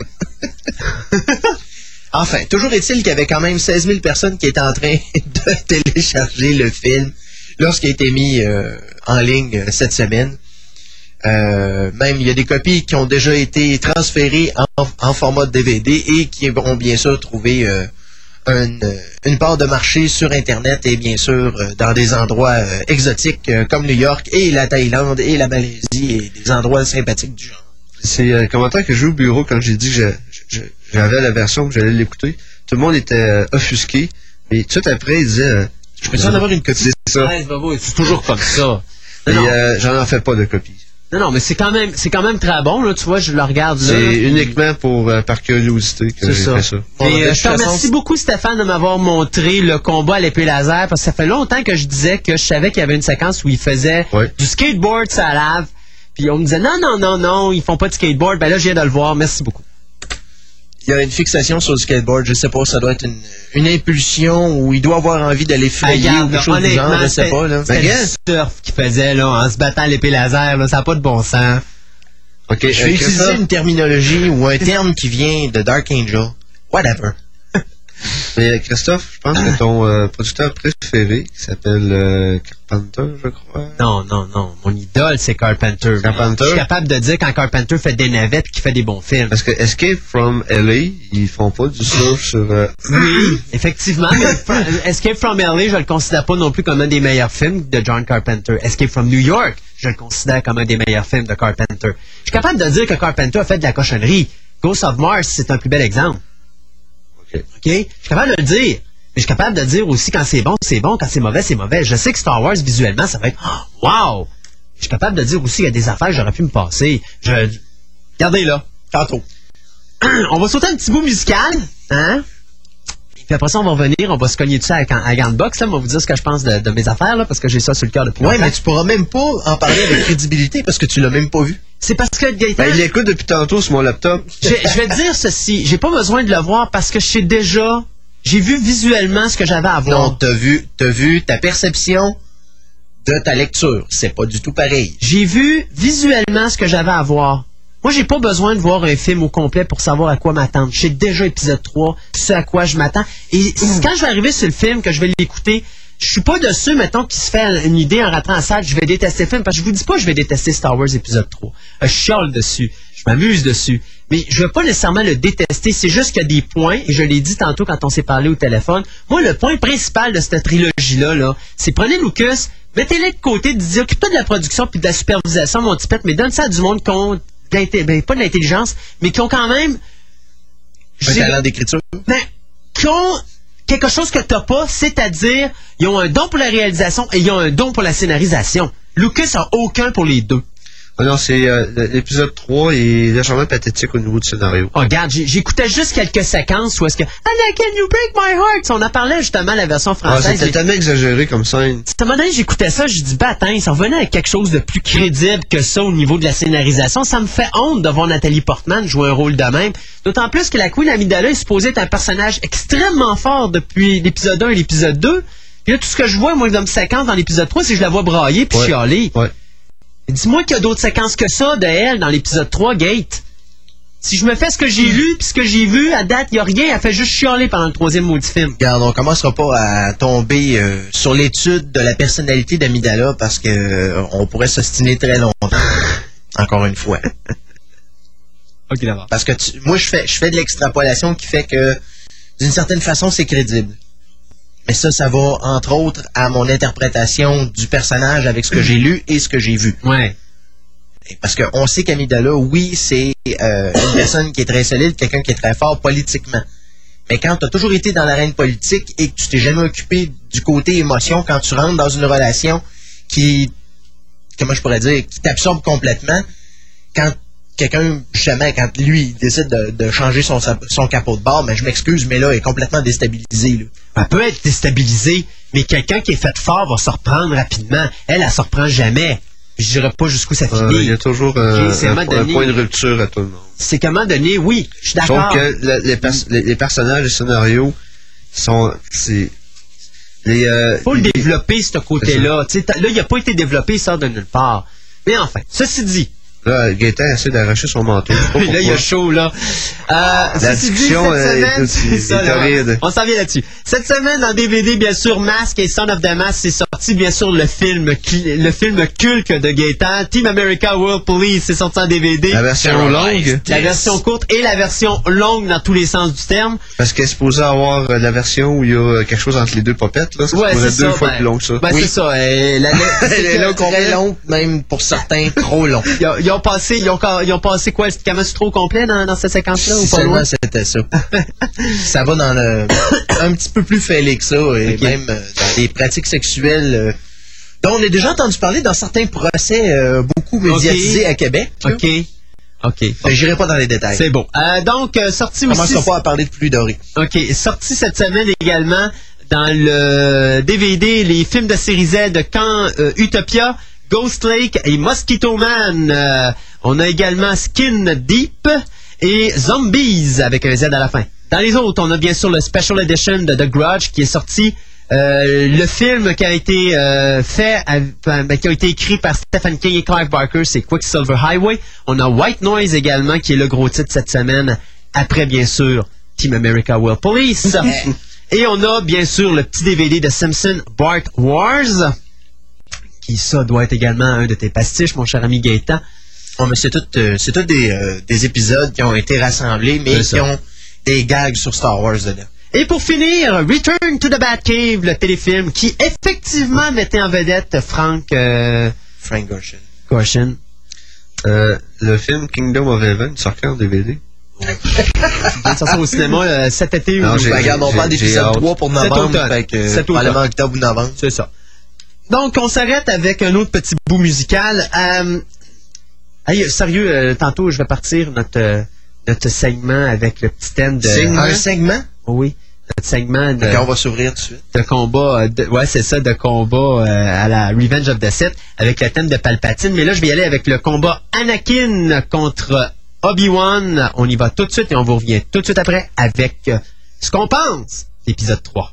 Enfin, toujours est-il qu'il y avait quand même 16 000 personnes qui étaient en train de télécharger le film lorsqu'il a été mis en ligne cette semaine. Même, il y a des copies qui ont déjà été transférées en format DVD et qui ont bien sûr trouvé une part de marché sur Internet et bien sûr dans des endroits exotiques comme New York et la Thaïlande et la Malaisie et des endroits sympathiques du genre. C'est un commentaire que j'ai eu au bureau quand j'ai dit que j'avais la version, que j'allais l'écouter. Tout le monde était offusqué. Mais tout de suite après, il disait... je peux en avoir une copie. C'est ça. Ouais, c'est toujours comme ça. Et j'en en fais pas de copie. Non, mais c'est quand même très bon, là. Tu vois, je le regarde là. C'est uniquement par curiosité que j'ai fait ça. Et je te remercie beaucoup, Stéphane, de m'avoir montré le combat à l'épée laser, parce que ça fait longtemps que je disais que je savais qu'il y avait une séquence où il faisait du skateboard sur la lave. Puis on me disait non, ils font pas de skateboard. Ben là, je viens de le voir. Merci beaucoup. il y a une fixation sur le skateboard. Je sais pas, ça doit être une impulsion ou il doit avoir envie d'aller frayer ou quelque chose du genre, je sais pas. C'était le surf qu'il faisait là, en se battant à l'épée laser. Là, ça n'a pas de bon sens. Ok, je vais utiliser une terminologie ou un terme qui vient de Dark Angel. Whatever. Mais Christophe, je pense que ton producteur préféré, qui s'appelle Carpenter, je crois. Non. Mon idole, c'est Carpenter. Carpenter? Je suis capable de dire quand Carpenter fait des navettes et qu'il fait des bons films. Parce que Escape from LA, ils font pas du surf sur... Oui, effectivement. Mais Escape from LA, je le considère pas non plus comme un des meilleurs films de John Carpenter. Escape from New York, je le considère comme un des meilleurs films de Carpenter. Je suis capable de dire que Carpenter a fait de la cochonnerie. Ghost of Mars, c'est un plus bel exemple. OK? Je suis capable de le dire. Mais je suis capable de dire aussi quand c'est bon, quand c'est mauvais, c'est mauvais. Je sais que Star Wars, visuellement, ça va être « Wow! » Je suis capable de dire aussi qu'il y a des affaires que j'aurais pu me passer. Regardez là, tantôt. On va sauter un petit bout musical, hein? Puis après ça, on va revenir, on va se cogner dessus à Gantbox. On va vous dire ce que je pense de mes affaires, là, parce que j'ai ça sur le cœur depuis longtemps. Ouais, mais tu pourras même pas en parler avec crédibilité parce que tu l'as même pas vu. C'est parce que Gaëtan... il l'écoute depuis tantôt sur mon laptop. Je vais te dire ceci. J'ai pas besoin de le voir parce que je sais déjà... J'ai vu visuellement ce que j'avais à voir. Non, t'as vu ta perception de ta lecture. C'est pas du tout pareil. J'ai vu visuellement ce que j'avais à voir. Moi, j'ai pas besoin de voir un film au complet pour savoir à quoi m'attendre. Je sais déjà épisode 3, ce à quoi je m'attends. Et quand je vais arriver sur le film, que je vais l'écouter, je suis pas de ceux, mettons, qui se fait une idée en rentrant en salle, je vais détester le film, parce que je vous dis pas que je vais détester Star Wars épisode 3. Je chiale dessus, je m'amuse dessus. Mais je vais pas nécessairement le détester, c'est juste qu'il y a des points, et je l'ai dit tantôt quand on s'est parlé au téléphone. Moi, le point principal de cette trilogie-là, là, c'est prenez Lucas, mettez-les de côté, dites, occupe-toi de la production puis de la supervision, mon petit pet, mais donne ça à du monde qui ont pas de l'intelligence, mais qui ont quand même... Un talent d'écriture. Ben, qui ont quelque chose que t'as pas, c'est-à-dire, ils ont un don pour la réalisation et ils ont un don pour la scénarisation. Lucas a aucun pour les deux. Ah non, c'est l'épisode 3 est légèrement pathétique au niveau du scénario. Oh, regarde, j'écoutais juste quelques séquences où est-ce que Anna, can you break my heart? On en parlait justement la version française. C'était tellement exagéré comme scène. À un moment donné, j'écoutais ça, je dis, attends, ça revenait avec quelque chose de plus crédible que ça au niveau de la scénarisation. Ça me fait honte de voir Nathalie Portman jouer un rôle de même. D'autant plus que la Queen Amidala est supposée être un personnage extrêmement fort depuis l'épisode 1 et l'épisode 2. Puis là, tout ce que je vois, moi, dans mes séquences dans l'épisode 3, c'est que je la vois brailler puis chialer. Ouais. Dis-moi qu'il y a d'autres séquences que ça de elle dans l'épisode 3, Gate. Si je me fais ce que j'ai lu puis ce que j'ai vu, à date, il n'y a rien. Elle fait juste chialer pendant le troisième maudit film. Regarde, on commencera pas à tomber sur l'étude de la personnalité d'Amidala parce que on pourrait s'ostiner très longtemps. Encore une fois. Ok, d'abord. Parce que moi, je fais de l'extrapolation qui fait que, d'une certaine façon, c'est crédible. Mais ça va, entre autres, à mon interprétation du personnage avec ce que j'ai lu et ce que j'ai vu. Ouais. Parce qu'on sait qu'Amidala, oui, c'est une personne qui est très solide, quelqu'un qui est très fort politiquement. Mais quand tu as toujours été dans l'arène politique et que tu t'es jamais occupé du côté émotion, quand tu rentres dans une relation qui, comment je pourrais dire, qui t'absorbe complètement, quand quelqu'un, justement, quand lui il décide de changer son capot de bord, mais je m'excuse, mais là, il est complètement déstabilisé. Là. Elle peut être déstabilisée, mais quelqu'un qui est fait fort va se reprendre rapidement. Elle se reprend jamais. Je dirais pas jusqu'où ça finit. Il y a toujours un point de rupture à tout le monde. C'est qu'à un moment donné, oui, je suis d'accord. Sauf que les personnages, les scénarios sont... faut le développer, ce côté-là. Là, il n'a pas été développé, il sort de nulle part. Mais enfin, ceci dit... Là, Gaëtan essaie d'arracher son manteau. Là, il y a chaud, là. La discussion est horrible. On s'en vient là-dessus. Cette semaine, en DVD, bien sûr, Mask et Son of the Mask, c'est sorti, bien sûr, le film culte de Gaëtan. Team America World Police, c'est sorti en DVD. La version longue. La version courte et la version longue dans tous les sens du terme. Parce qu'elle est supposée avoir la version où il y a quelque chose entre les deux popettes, là. Ouais, c'est deux fois plus long que ça. Ben, c'est ça. Elle est très longue, même pour certains, trop long. Ils ont passé quoi? C'était quand même trop complet dans cette séquence-là ou pas loin? C'était ça. Ça va dans un petit peu plus fêlé que ça, et même dans des pratiques sexuelles dont on a déjà entendu parler dans certains procès beaucoup médiatisés à Québec. OK. J'irai pas dans les détails. C'est bon. Donc, sorti aussi... On commencera pas à parler de pluie dorée. OK. Sorti cette semaine également dans le DVD, les films de série Z de Camp Utopia, Ghost Lake et Mosquito Man. On a également Skin Deep et Zombies avec un Z à la fin. Dans les autres, on a bien sûr le Special Edition de The Grudge qui est sorti. Le film qui a été qui a été écrit par Stephen King et Clive Barker, c'est Quicksilver Highway. On a White Noise également, qui est le gros titre cette semaine, après bien sûr Team America World Police. Et on a bien sûr le petit DVD de Simpson Bart Wars, qui ça doit être également un de tes pastiches, mon cher ami Gaëtan. Oh, mais c'est tout des épisodes qui ont été rassemblés, mais qui ont des gags sur Star Wars dedans. Et pour finir, Return to the Batcave, le téléfilm qui effectivement mettait en vedette Frank Gorshin. Le film Kingdom of Heaven sort quand en DVD? Ça sort au cinéma cet été. Non, regarde, on parle d'épisode 3 pour novembre. Probablement octobre ou novembre. C'est ça. Donc, on s'arrête avec un autre petit bout musical. Hey, sérieux, tantôt, je vais partir notre segment avec le petit thème de... Un segment? Oui. Notre segment de... on va s'ouvrir tout de suite. De combat, ouais, c'est ça, de combat à la Revenge of the Sith, avec le thème de Palpatine. Mais là, je vais y aller avec le combat Anakin contre Obi-Wan. On y va tout de suite et on vous revient tout de suite après avec ce qu'on pense d'épisode 3.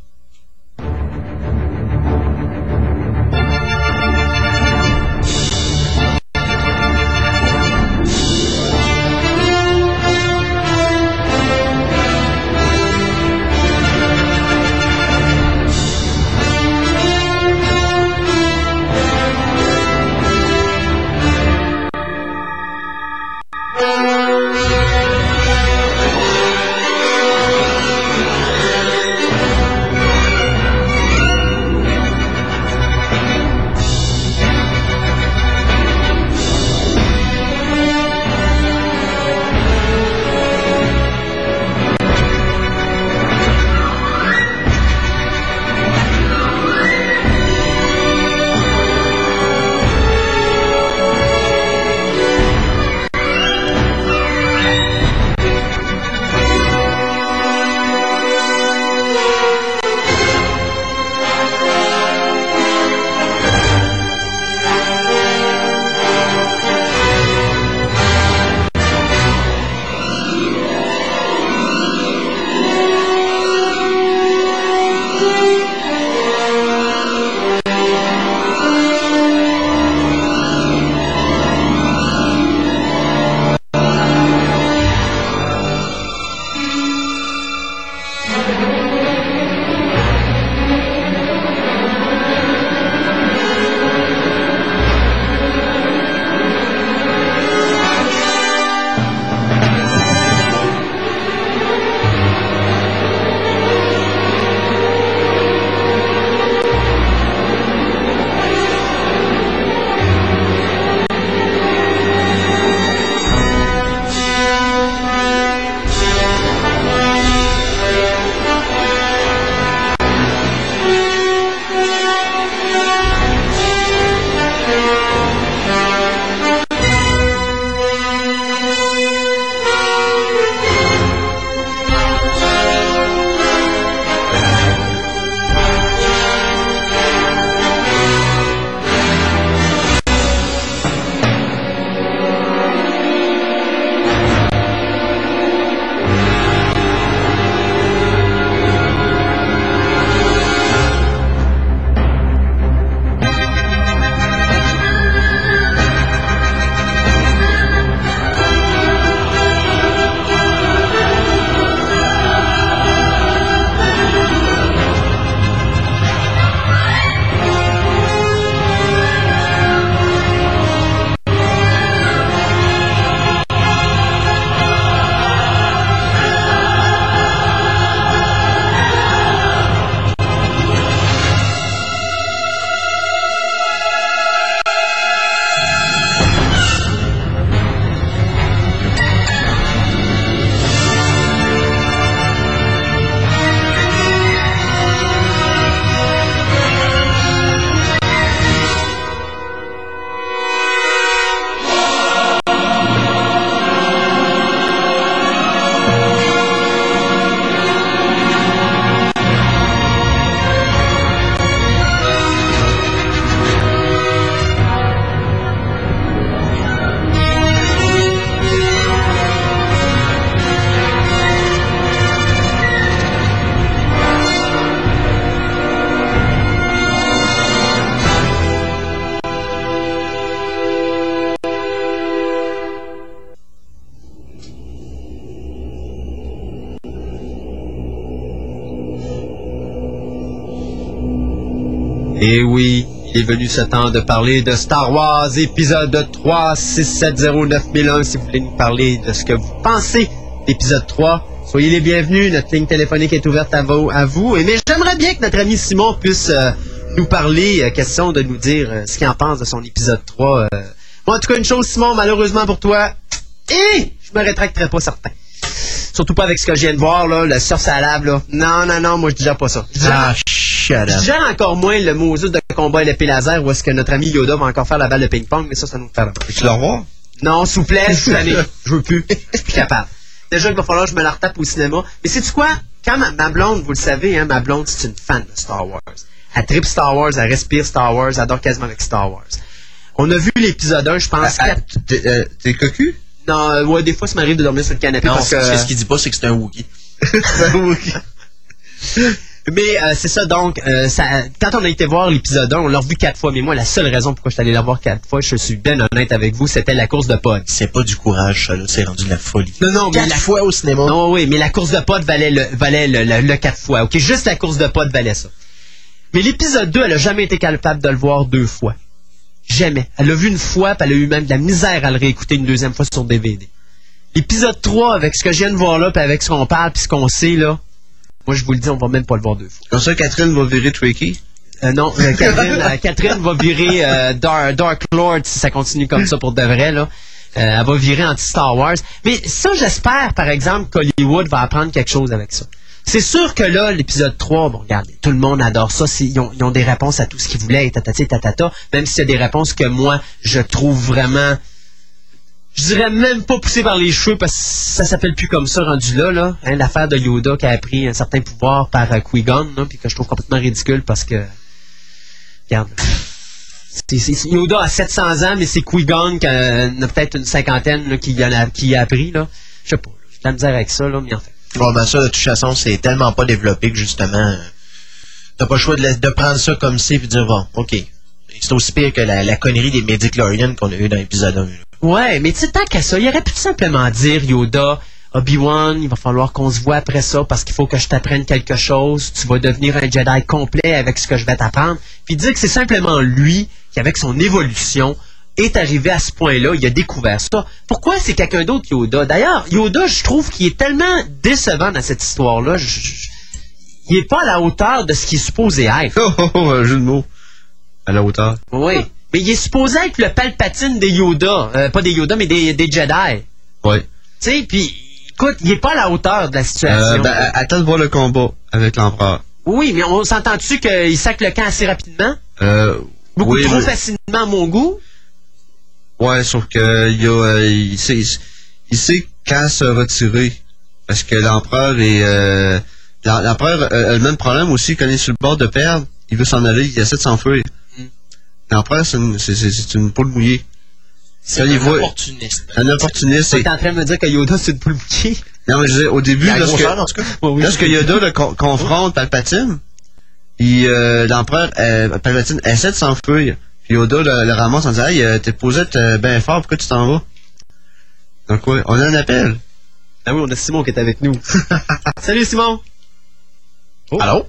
Et oui, il est venu ce temps de parler de Star Wars épisode 3, 6709001. Si vous voulez nous parler de ce que vous pensez d'épisode 3, soyez les bienvenus. Notre ligne téléphonique est ouverte à vous. Mais j'aimerais bien que notre ami Simon puisse nous parler, question de nous dire ce qu'il en pense de son épisode 3. Bon, en tout cas, une chose, Simon, malheureusement pour toi, je me rétracterai pas certain. Surtout pas avec ce que je viens de voir, là, le surf à la lave, là. Non, moi je digère pas ça. Je digère encore moins le Moses de combat et l'épée laser où est-ce que notre ami Yoda va encore faire la balle de ping-pong, mais ça nous fait peur. Tu le revoir? Non, s'il vous plaît, je suis tanné. Je veux plus. Je suis plus capable. Déjà qu'il va falloir que je me la retape au cinéma. Mais sais-tu quoi? Quand ma blonde, vous le savez, hein, ma blonde, c'est une fan de Star Wars. Elle tripe Star Wars, elle respire Star Wars, elle adore quasiment avec Star Wars. On a vu l'épisode 1, je pense. T'es cocu? Non, ouais, des fois, ça m'arrive de dormir sur le canapé Non, parce que... ce qu'il dit pas, c'est que c'est un Wookiee. Mais c'est ça, donc, quand on a été voir l'épisode 1, on l'a revu 4 fois. Mais moi, la seule raison pourquoi je suis allé la voir 4 fois, je suis bien honnête avec vous, c'était la course de pod. C'est pas du courage, ça, là. C'est rendu de la folie. Non, mais 4 fois au cinéma. Non, oui, mais la course de pod valait le 4 fois. OK, juste la course de pod valait ça. Mais l'épisode 2, elle a jamais été capable de le voir 2 fois. Jamais. Elle l'a vu une fois, puis elle a eu même de la misère à le réécouter une deuxième fois sur DVD. L'épisode 3, avec ce que je viens de voir là, puis avec ce qu'on parle, puis ce qu'on sait, là, moi, je vous le dis, on va même pas le voir 2 fois. Comme ça, Catherine va virer Tricky? Non, Catherine va virer Dark Lord si ça continue comme ça pour de vrai, là. Elle va virer anti-Star Wars. Mais ça, j'espère, par exemple, qu'Hollywood va apprendre quelque chose avec ça. C'est sûr que là, l'épisode 3, bon, regarde, tout le monde adore ça. Ils ont des réponses à tout ce qu'ils voulaient, tatati, tatata. Même s'il y a des réponses que moi, je trouve vraiment... Je dirais même pas poussé par les cheveux parce que ça s'appelle plus comme ça rendu là. Hein, l'affaire de Yoda qui a pris un certain pouvoir par Qui-Gon, puis que je trouve complètement ridicule parce que... Regarde... Yoda a 700 ans, mais c'est Qui-Gon qui a peut-être une cinquantaine là, qui a appris, là. Je sais pas, j'ai de la misère avec ça, là, mais en fait. Bon, ben ça, de toute façon, c'est tellement pas développé que justement, t'as pas le choix de prendre ça comme c'est et de dire, bon, OK. C'est aussi pire que la connerie des Midi-Chlorians qu'on a eu dans l'épisode 1. Là. Ouais, mais tu sais, tant qu'à ça, il aurait pu tout simplement dire, Yoda, Obi-Wan, il va falloir qu'on se voit après ça parce qu'il faut que je t'apprenne quelque chose. Tu vas devenir un Jedi complet avec ce que je vais t'apprendre. Puis dire que c'est simplement lui qui, avec son évolution, est arrivé à ce point-là, il a découvert ça. Pourquoi c'est quelqu'un d'autre, Yoda? D'ailleurs, Yoda, je trouve qu'il est tellement décevant dans cette histoire-là. Il est pas à la hauteur de ce qu'il est supposé être. Un jeu de mots. À la hauteur. Oui. Mais il est supposé être le Palpatine des Yoda. Pas des Yoda, mais des Jedi. Oui. Tu sais, puis, écoute, il est pas à la hauteur de la situation. Attends de voir le combat avec l'Empereur. Oui, mais on s'entend-tu qu'il sac le camp assez rapidement? Beaucoup trop facilement à mon goût? Ouais, sauf que il sait quand se retirer. Parce que l'empereur est... l'empereur a le même problème aussi quand il est sur le bord de perdre. Il veut s'en aller, il essaie de s'enfuir. L'empereur, c'est une poule mouillée. C'est un opportuniste. Un opportuniste. T'es en train de me dire que Yoda, c'est une poule mouillée? Non, mais je disais, au début, lorsque Yoda le confronte Palpatine, l'empereur Palpatine essaie de s'enfuir. Puis Yoda le ramasse en disant, hey, t'es posé être bien fort, pourquoi tu t'en vas? Donc ouais, on a un appel. Ah oui, on a Simon qui est avec nous. Salut Simon! Oh. Allô?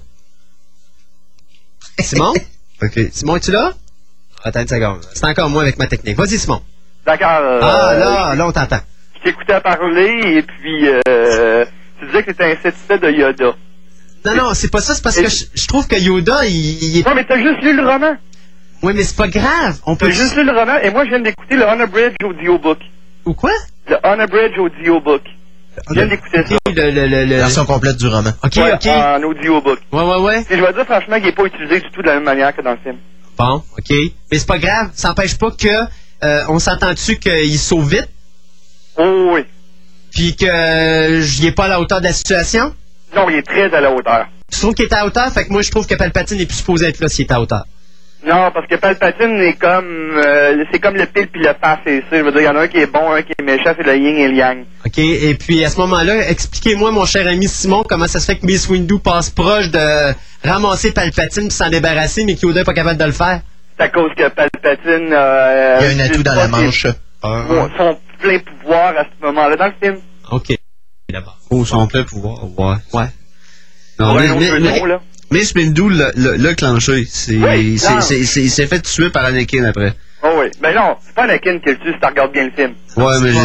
Simon? OK. Simon, es-tu là? Attends une seconde. C'est encore moi avec ma technique. Vas-y, Simon. D'accord. Là, on t'entend. Je t'écoutais parler et puis tu disais que t'étais insatisfait de Yoda. Non, c'est pas ça. C'est parce que je trouve que Yoda, il est... Non, mais t'as juste lu le roman. Oui, mais c'est pas grave. T'as juste lu le roman et moi, je viens d'écouter le Unabridged audiobook. Ou quoi? Le Unabridged audiobook. Je viens d'écouter ça. La version complète du roman. OK. En audiobook. Ouais. Et je vais dire franchement qu'il n'est pas utilisé du tout de la même manière que dans le film. Bon, OK. Mais c'est pas grave. Ça n'empêche pas que... on s'entend-tu qu'il sauve vite? Oh oui. Puis que j'y ai pas à la hauteur de la situation? Non, il est très à la hauteur. Tu trouves qu'il est à hauteur? Fait que moi, je trouve que Palpatine n'est plus supposé être là s'il est à hauteur. Non, parce que Palpatine est comme... c'est comme le pile puis le face. Je veux dire, il y en a un qui est bon, un qui est méchant, c'est le yin et le yang. OK. Et puis, à ce moment-là, expliquez-moi, mon cher ami Simon, comment ça se fait que Mace Windu passe proche de ramasser Palpatine puis s'en débarrasser, mais Yoda n'est pas capable de le faire? C'est à cause que Palpatine... il y a un atout dans la manche. Son plein pouvoir à ce moment-là dans le film. OK. D'abord. Oh, son plein pouvoir. Ouais. Ouais. Non, Mace Windu l'a clenché. Oui, il s'est fait tuer par Anakin après. Oh oui. Ben non, c'est pas Anakin qui le tue si tu regardes bien le film. Ouais, mais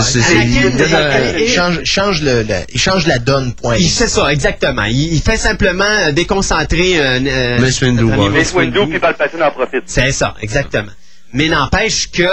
Il change la donne, point. C'est ça, exactement. Il fait simplement déconcentrer Mace Windu. Mace Windu, puis Palpatine en profite. C'est ça, exactement. Mais n'empêche que...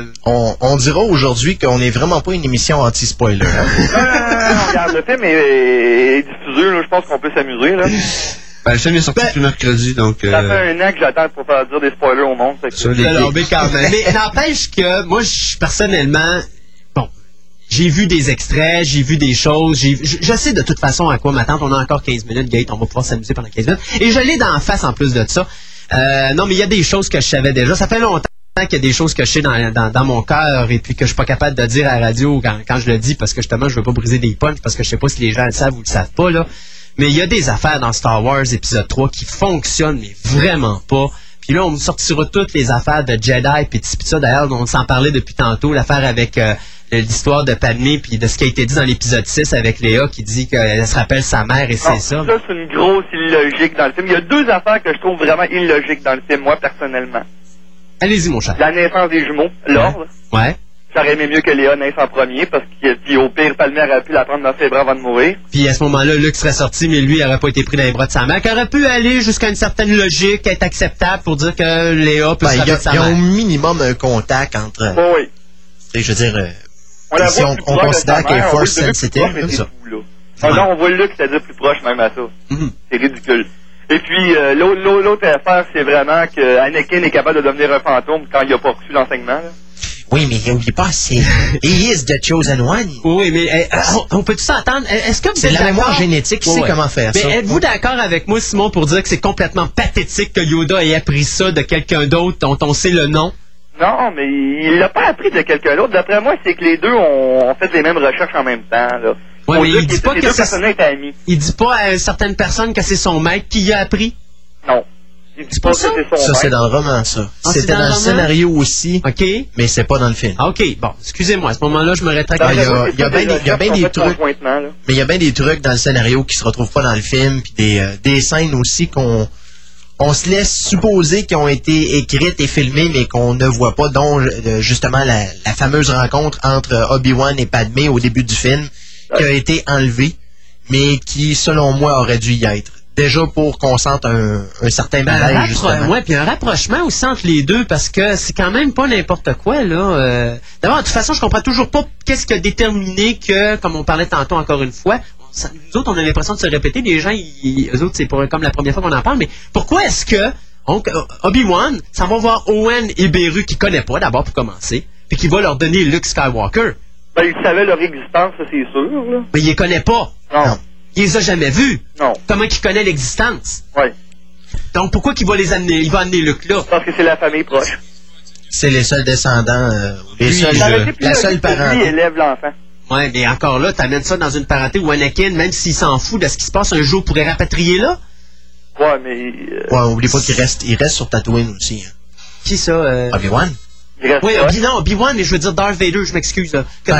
On dira aujourd'hui qu'on n'est vraiment pas une émission anti-spoiler. Hein? Non, regarde, le film est diffusé, là, je pense qu'on peut s'amuser, là. Ben, le film est sorti depuis mercredi, donc... Ça fait 1 an que j'attends pour faire dire des spoilers au monde. Fait que... Ça, Mais n'empêche que, moi, personnellement... Bon, j'ai vu des extraits, j'ai vu des choses, je sais de toute façon à quoi m'attendre. On a encore 15 minutes, Gate, on va pouvoir s'amuser pendant 15 minutes. Et je l'ai d'en face en plus de ça. Non, mais il y a des choses que je savais déjà. Ça fait longtemps qu'il y a des choses que je sais dans mon cœur et puis que je suis pas capable de dire à la radio quand je le dis parce que justement, je veux pas briser des punchs parce que je sais pas si les gens le savent ou le savent pas, là. Mais il y a des affaires dans Star Wars épisode 3 qui fonctionnent, mais vraiment pas. Puis là, on me sortira toutes les affaires de Jedi puis ça. D'ailleurs, on s'en parlait depuis tantôt, l'affaire avec l'histoire de Padmé puis de ce qui a été dit dans l'épisode 6 avec Léa qui dit qu'elle se rappelle sa mère et c'est ça. Ça, c'est une grosse illogique dans le film. Il y a 2 affaires que je trouve vraiment illogiques dans le film, moi, personnellement. Allez-y, mon cher. La naissance des jumeaux, l'ordre. Ouais. J'aurais aimé mieux que Léa naisse en premier, parce qu'au pire, Padmé aurait pu la prendre dans ses bras avant de mourir. Puis à ce moment-là, Luke serait sorti, mais lui, il n'aurait pas été pris dans les bras de sa mère, qui aurait pu aller jusqu'à une certaine logique, être acceptable pour dire que Léa peut se rappeler de sa mère. Il y a au minimum un contact entre... oui. Je veux dire, si on considère qu'elle est force sensitive, comme ça. Non, on voit Luke, c'est-à-dire plus proche même à ça. C'est ridicule. Et puis, l'autre affaire, c'est vraiment que Anakin est capable de devenir un fantôme quand il n'a pas reçu l'enseignement, là. Oui, mais n'oublie pas, c'est he is the chosen one. Oui, mais on peut-tu s'entendre? Est-ce que vous c'est êtes la mémoire génétique qui sait comment faire ça. Mais êtes-vous d'accord avec moi, Simon, pour dire que c'est complètement pathétique que Yoda ait appris ça de quelqu'un d'autre dont on sait le nom? Non, mais il l'a pas appris de quelqu'un d'autre. D'après moi, c'est que les deux ont fait les mêmes recherches en même temps, là. Ouais, mais il dit pas que amis. Il dit pas à certaines personnes que c'est son maître qui y a appris? Non. C'est pas ça? Ça, c'est dans le roman, ça. C'était dans le scénario aussi. OK. Mais c'est pas dans le film. Ah, OK. Bon, excusez-moi. À ce moment-là, je me rétracte. Il y a bien des trucs. Mais il y a bien des trucs dans le scénario qui se retrouvent pas dans le film. Puis des scènes aussi on se laisse supposer qui ont été écrites et filmées, mais qu'on ne voit pas, dont justement la fameuse rencontre entre Obi-Wan et Padmé au début du film, qui a été enlevée, mais qui, selon moi, aurait dû y être. Déjà pour qu'on sente un certain malaise, justement. Ouais, puis un rapprochement aussi entre les deux, parce que c'est quand même pas n'importe quoi, là. D'abord, de toute façon, je comprends toujours pas qu'est-ce qui a déterminé que, comme on parlait tantôt encore une fois, nous autres, on a l'impression de se répéter, les gens, eux autres, c'est comme la première fois qu'on en parle, mais pourquoi est-ce que Obi-Wan s'en va voir Owen et Beru, qui connaît pas, d'abord, pour commencer, puis qui va leur donner Luke Skywalker? Ben, il savait leur existence, ça, c'est sûr, là. Mais il les connaît pas. Non. Il les a jamais vus. Non. Comment qu'il connaît l'existence? Oui. Donc, pourquoi qu'il va les amener? Il va amener Luke là? Parce que c'est la famille proche. C'est les seuls descendants, la seule parenté. Lui élève l'enfant. Ouais, mais encore là, t'amènes ça dans une parenté où Anakin, même s'il s'en fout de ce qui se passe un jour, pourrait rapatrier là? Ouais, mais... Ouais, oublie pas qu'il reste sur Tatooine aussi. Hein. Qui ça? Obi-Wan? Oui, Obi-Wan, mais je veux dire Darth Vader, je m'excuse.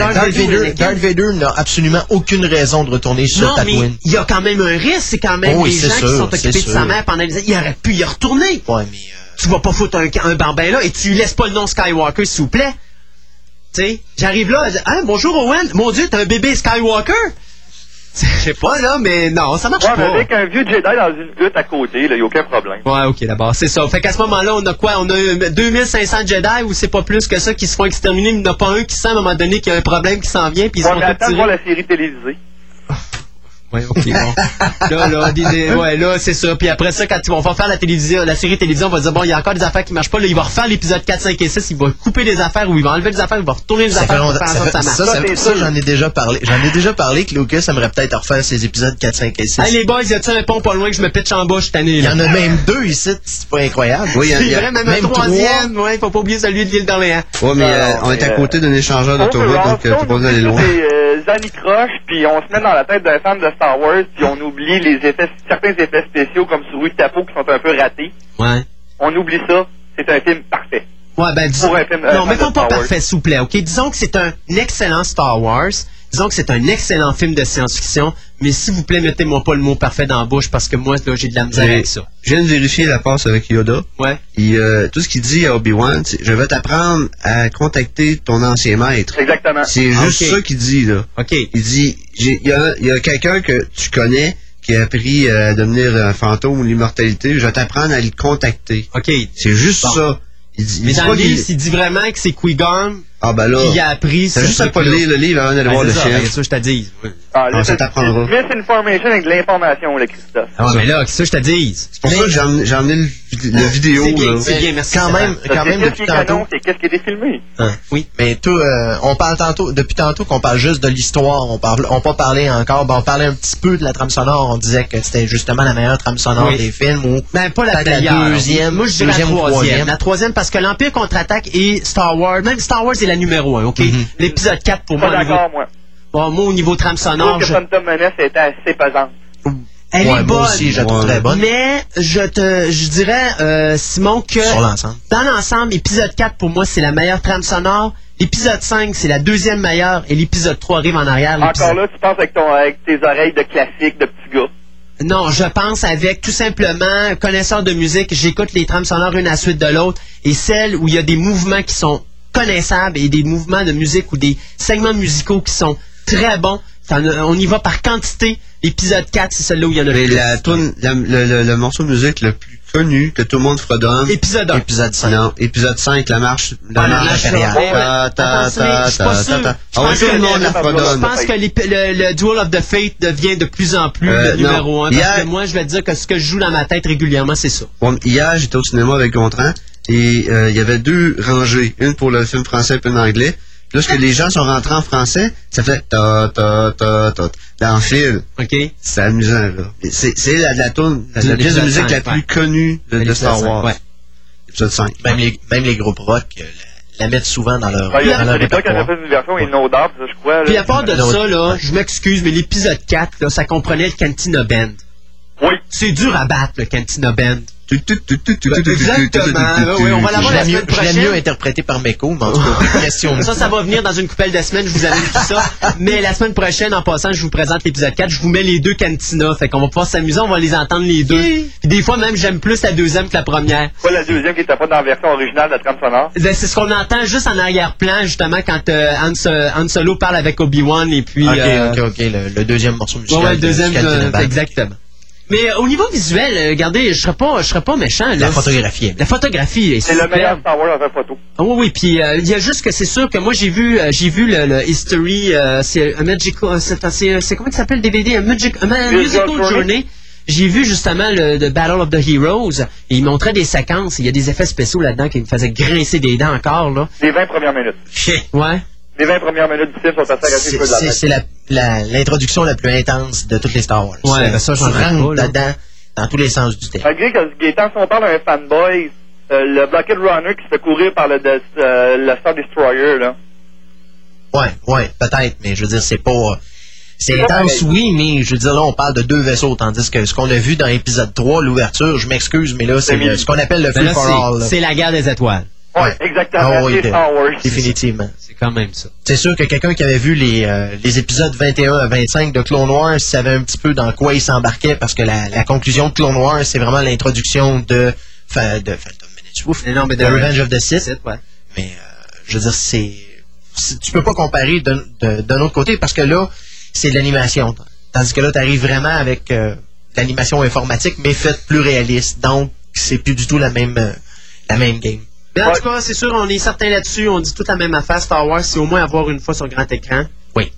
Darth Vader n'a absolument aucune raison de retourner sur Tatooine. Mais il y a quand même un risque, c'est quand même les gens qui sont occupés de sa mère pendant les années. Il aurait pu y retourner. Ouais, mais... Tu vas pas foutre un barbin là et tu laisses pas le nom Skywalker, s'il vous plaît. Tu sais, j'arrive là, hein, bonjour Owen, mon Dieu, t'as un bébé Skywalker? Je sais pas, là, mais non, ça marche pas. Mais avec un vieux Jedi dans une hutte à côté, là, y a aucun problème. Ouais, ok, d'abord, c'est ça. Fait qu'à ce moment-là, on a quoi? On a 2500 Jedi ou c'est pas plus que ça qui se font exterminer, mais il n'y en a pas un qui sent à un moment donné qu'il y a un problème qui s'en vient, puis ils se font attendre de voir la série télévisée. Ouais, ok, bon. Là, c'est ça. Puis après ça, quand on va faire la série télévision, on va dire, bon, il y a encore des affaires qui marchent pas. Là, il va refaire l'épisode 4, 5 et 6, il va couper des affaires ou il va enlever des affaires, il va retourner les affaires pour faire en sorte que ça marche. Ça, j'en ai déjà parlé. Que Lucas aimerait peut-être refaire ses épisodes 4, 5 et 6. Hey, les boys, y a-t-il un pont pas loin que je me pitche en bas cette année? Il y en a même 2 ici, c'est pas incroyable. Oui, il y a même un 3e. Ouais, faut pas oublier celui de l'île d'Orléans. Ouais, mais on est à côté d'un échangeur d'autoroute, donc tu peux pas aller loin. Zanny Croche, puis on se met dans la tête d'un fan de Star Wars, puis on oublie certains effets spéciaux comme sur Rue Tapo qui sont un peu ratés. Ouais. On oublie ça. C'est un film parfait. Ouais, ben, non, mettons pas parfait, s'il vous plaît, ok? Disons que c'est un excellent Star Wars, Disons que c'est un excellent film de science-fiction, mais s'il vous plaît, mettez-moi pas le mot parfait dans la bouche parce que moi, là, j'ai de la misère avec ça. Je viens de vérifier la passe avec Yoda. Ouais. Tout ce qu'il dit à Obi-Wan, c'est « Je vais t'apprendre à contacter ton ancien maître. » Exactement. C'est juste ça qu'il dit, là. OK. Il dit « Il y a quelqu'un que tu connais qui a appris à devenir un fantôme ou l'immortalité. Je vais t'apprendre à le contacter. » OK. C'est juste ça. Mais dans le livre, il dit vraiment que c'est Qui-Gon qui a appris... T'as juste à pas lire le livre avant d'aller voir le chef. C'est ça, je te dis. Ça t'apprendra. Misinformation avec de l'information, le Christophe. Ah, mais là, c'est ça, je te dis. C'est pour ça que j'ai emmené le vidéo. C'est bien, merci. Quand même, depuis tantôt. C'est qu'est-ce qui a été filmé. Oui. Mais on parle depuis tantôt qu'on parle juste de l'histoire. On pas parlé encore. On parlait un petit peu de la trame sonore. On disait que c'était justement la meilleure trame sonore des films. Ou ben, pas la deuxième. Moi, je dirais la troisième. La troisième, parce que l'Empire contre-attaque et Star Wars, même Star Wars est la numéro 1, OK? L'épisode 4, pour moi. Pas d'accord, moi. Bon, moi, au niveau trame sonore. Je trouve que Phantom Menace était assez pesante. Elle est bonne. Moi aussi, je la trouve très bonne. Mais je dirais, Simon, que sur l'ensemble. Dans l'ensemble, épisode 4, pour moi, c'est la meilleure trame sonore. L'épisode 5, c'est la deuxième meilleure. Et l'épisode 3 arrive en arrière. Encore là, tu penses avec tes oreilles de classique, de petit gars. Non, je pense avec, tout simplement, connaisseur de musique, j'écoute les trames sonores une à la suite de l'autre. Et celles où il y a des mouvements qui sont connaissables et des mouvements de musique ou des segments musicaux qui sont très bons. On y va par quantité. L'épisode 4, c'est celle-là où il y en a le plus. Le morceau de musique le plus connu que tout le monde fredonne. Épisode 1. Épisode 5. Non, épisode 5, la marche impériale. Je suis pas sûr. Je pense que le Duel of the Fate devient de plus en plus le numéro 1. Parce que moi, je vais te dire que ce que je joue dans ma tête régulièrement, c'est ça. Bon, hier, j'étais au cinéma avec Gontran et il y avait 2 rangées. Une pour le film français et une en anglais. Lorsque les gens sont rentrés en français, ça fait ta dans le fil. OK. C'est amusant, là. C'est la pièce de musique la plus connue de Star Wars. Ouais. Épisode 5. Même les groupes rock la mettent souvent dans leur répertoire. Il a fait une version et une odeur, je crois. Puis à part de ça, là, je m'excuse, mais l'épisode 4, là, ça comprenait le Cantina Band. Oui. C'est dur à battre, le Cantina Band. Exactement. Oui, on va l'avoir la semaine prochaine. Je l'ai mieux interprété par Meko, mais en tout cas, question. Ça va venir dans une couple de semaines, je vous amène tout ça. Mais la semaine prochaine, en passant, je vous présente l'épisode 4. Je vous mets les 2 Cantina. Fait qu'on va pouvoir s'amuser, on va les entendre les 2. Puis des fois, même, j'aime plus la deuxième que la première. Pas la deuxième qui était pas dans la version originale de la trame sonore. C'est ce qu'on entend juste en arrière-plan, justement, quand Han Solo parle avec Obi-Wan et puis... OK, le deuxième morceau musical. Ouais, le deuxième, exactement. Mais au niveau visuel, regardez, je serais pas méchant. Là. La photographie. C'est le meilleur Star Wars en photo. Oui, puis il y a juste que c'est sûr que moi j'ai vu le History, c'est un Magical, c'est comment ça s'appelle le DVD, un Musical Journey. J'ai vu justement le Battle of the Heroes et il montrait des séquences. Il y a des effets spéciaux là-dedans qui me faisaient grincer des dents encore là. Les 20 premières minutes. Ouais. Les 20 premières minutes du film sont assez agressifs. C'est l'introduction la plus intense de toutes les Star Wars. Ouais, ben ça, j'en rentre dedans, dans tous les sens du terme. Malgré que Gaétan, si on parle d'un fanboy, le Bucket Runner qui se fait courir par le Star Destroyer, là. Ouais, peut-être, mais je veux dire, c'est pas... C'est intense, oui, mais je veux dire, là, on parle de 2 vaisseaux, tandis que ce qu'on a vu dans l'épisode 3, l'ouverture, je m'excuse, mais là, c'est ce qu'on appelle le Free for All. C'est la guerre des étoiles. Ouais, exactement. C'est Star Wars. Définitivement. C'est quand même ça. C'est sûr que quelqu'un qui avait vu les épisodes 21 à 25 de Clone Wars savait un petit peu dans quoi il s'embarquait, parce que la conclusion de Clone Wars, c'est vraiment l'introduction de Phantom Menace, de Revenge of the Sith. Ouais. Mais, je veux dire, tu peux pas comparer d'un autre côté, parce que là, c'est de l'animation. Tandis que là, tu arrives vraiment avec l'animation informatique, mais faite plus réaliste. Donc, c'est plus du tout la même game. Mais en tout cas, c'est sûr, on est certain là-dessus. On dit toute la même affaire. Star Wars, c'est au moins avoir une fois sur grand écran. Oui.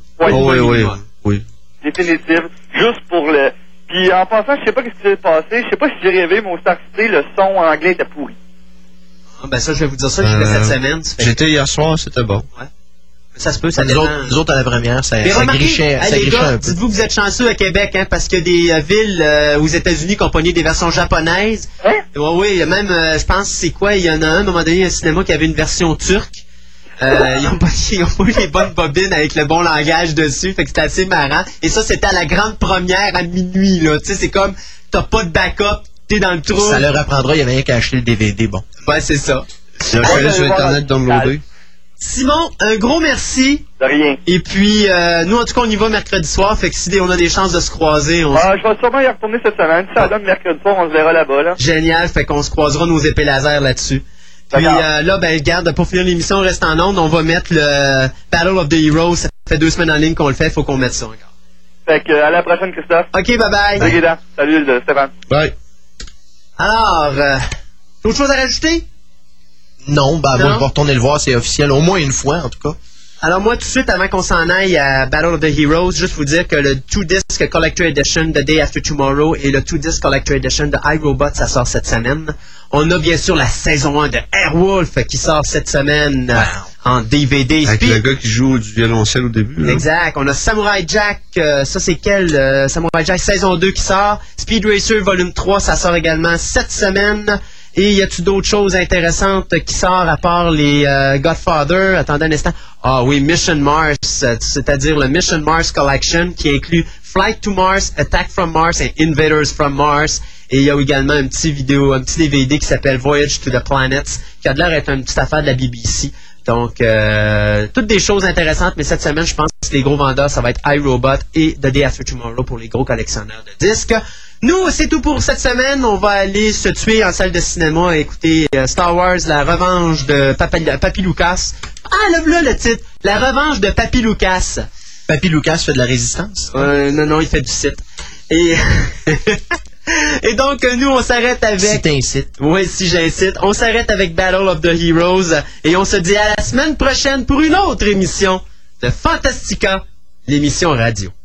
Oui. Définitive. Juste pour le... Puis en passant, je sais pas ce qui s'est passé. Je sais pas si j'ai rêvé, mais au Star City, le son en anglais était pourri. Ben ça, je vais vous dire ça, j'ai fait cette semaine. J'étais hier soir, c'était bon. Ouais. Ça se peut, ça dépend. Nous autres, à la première, ça grichait un peu. Dites-vous que vous êtes chanceux à Québec, hein, parce qu'il y a des villes aux États-Unis qui ont pogné des versions japonaises. Hein? Oui, il y a même, je pense, c'est quoi, il y en a un moment donné, un cinéma qui avait une version turque. Ils ont pas eu les bonnes bobines avec le bon langage dessus, fait que c'était assez marrant. Et ça, c'était à la grande première à minuit, là. Tu sais, c'est comme, t'as pas de backup, t'es dans le trou. Ça leur apprendra, il y avait rien qu'à acheter le DVD, bon. Ouais, c'est ça. Je vais aller sur Internet downloader. Simon, un gros merci. De rien. Et puis, nous, en tout cas, on y va mercredi soir. Fait que si on a des chances de se croiser, je vais sûrement y retourner cette semaine. Si ça donne mercredi soir, on se verra là-bas. Là. Génial. Fait qu'on se croisera nos épées laser là-dessus. Puis là, ben, regarde, pour finir l'émission, on reste en onde. On va mettre le Battle of the Heroes. Ça fait 2 semaines en ligne qu'on le fait. Faut qu'on mette ça encore. Fait que, à la prochaine, Christophe. OK, bye-bye. Salut, Salut, Stéphane. Bye. Alors, autre chose à rajouter? Non, ben, moi, je vais retourner le voir, c'est officiel. Au moins une fois, en tout cas. Alors moi, tout de suite, avant qu'on s'en aille à Battle of the Heroes, juste vous dire que le 2-disc Collector Edition The Day After Tomorrow et le 2-disc Collector Edition de iRobot, ça sort cette semaine. On a bien sûr la saison 1 de Airwolf qui sort cette semaine en DVD. Avec le gars qui joue du violoncelle au début. Là. Exact. On a Samurai Jack, ça c'est quel? Samurai Jack saison 2 qui sort. Speed Racer Volume 3, ça sort également cette semaine. Et y a-tu d'autres choses intéressantes qui sortent à part les Godfather? Attendez un instant. Ah oui, Mission Mars, c'est-à-dire le Mission Mars Collection qui inclut Flight to Mars, Attack from Mars et Invaders from Mars. Et il y a également un petit DVD qui s'appelle Voyage to the Planets, qui a l'air d'être une petite affaire de la BBC. Donc, toutes des choses intéressantes, mais cette semaine, je pense que les gros vendeurs, ça va être iRobot et The Day After Tomorrow pour les gros collectionneurs de disques. Nous, c'est tout pour cette semaine. On va aller se tuer en salle de cinéma et écouter Star Wars, la revanche de Papy Lucas. Ah, là, le titre. La revanche de Papy Lucas. Papy Lucas fait de la résistance? Non, il fait du site. Et... Et donc, nous, on s'arrête avec... Si t'incites. Oui, si j'incite. On s'arrête avec Battle of the Heroes. Et on se dit à la semaine prochaine pour une autre émission de Fantastica, l'émission radio.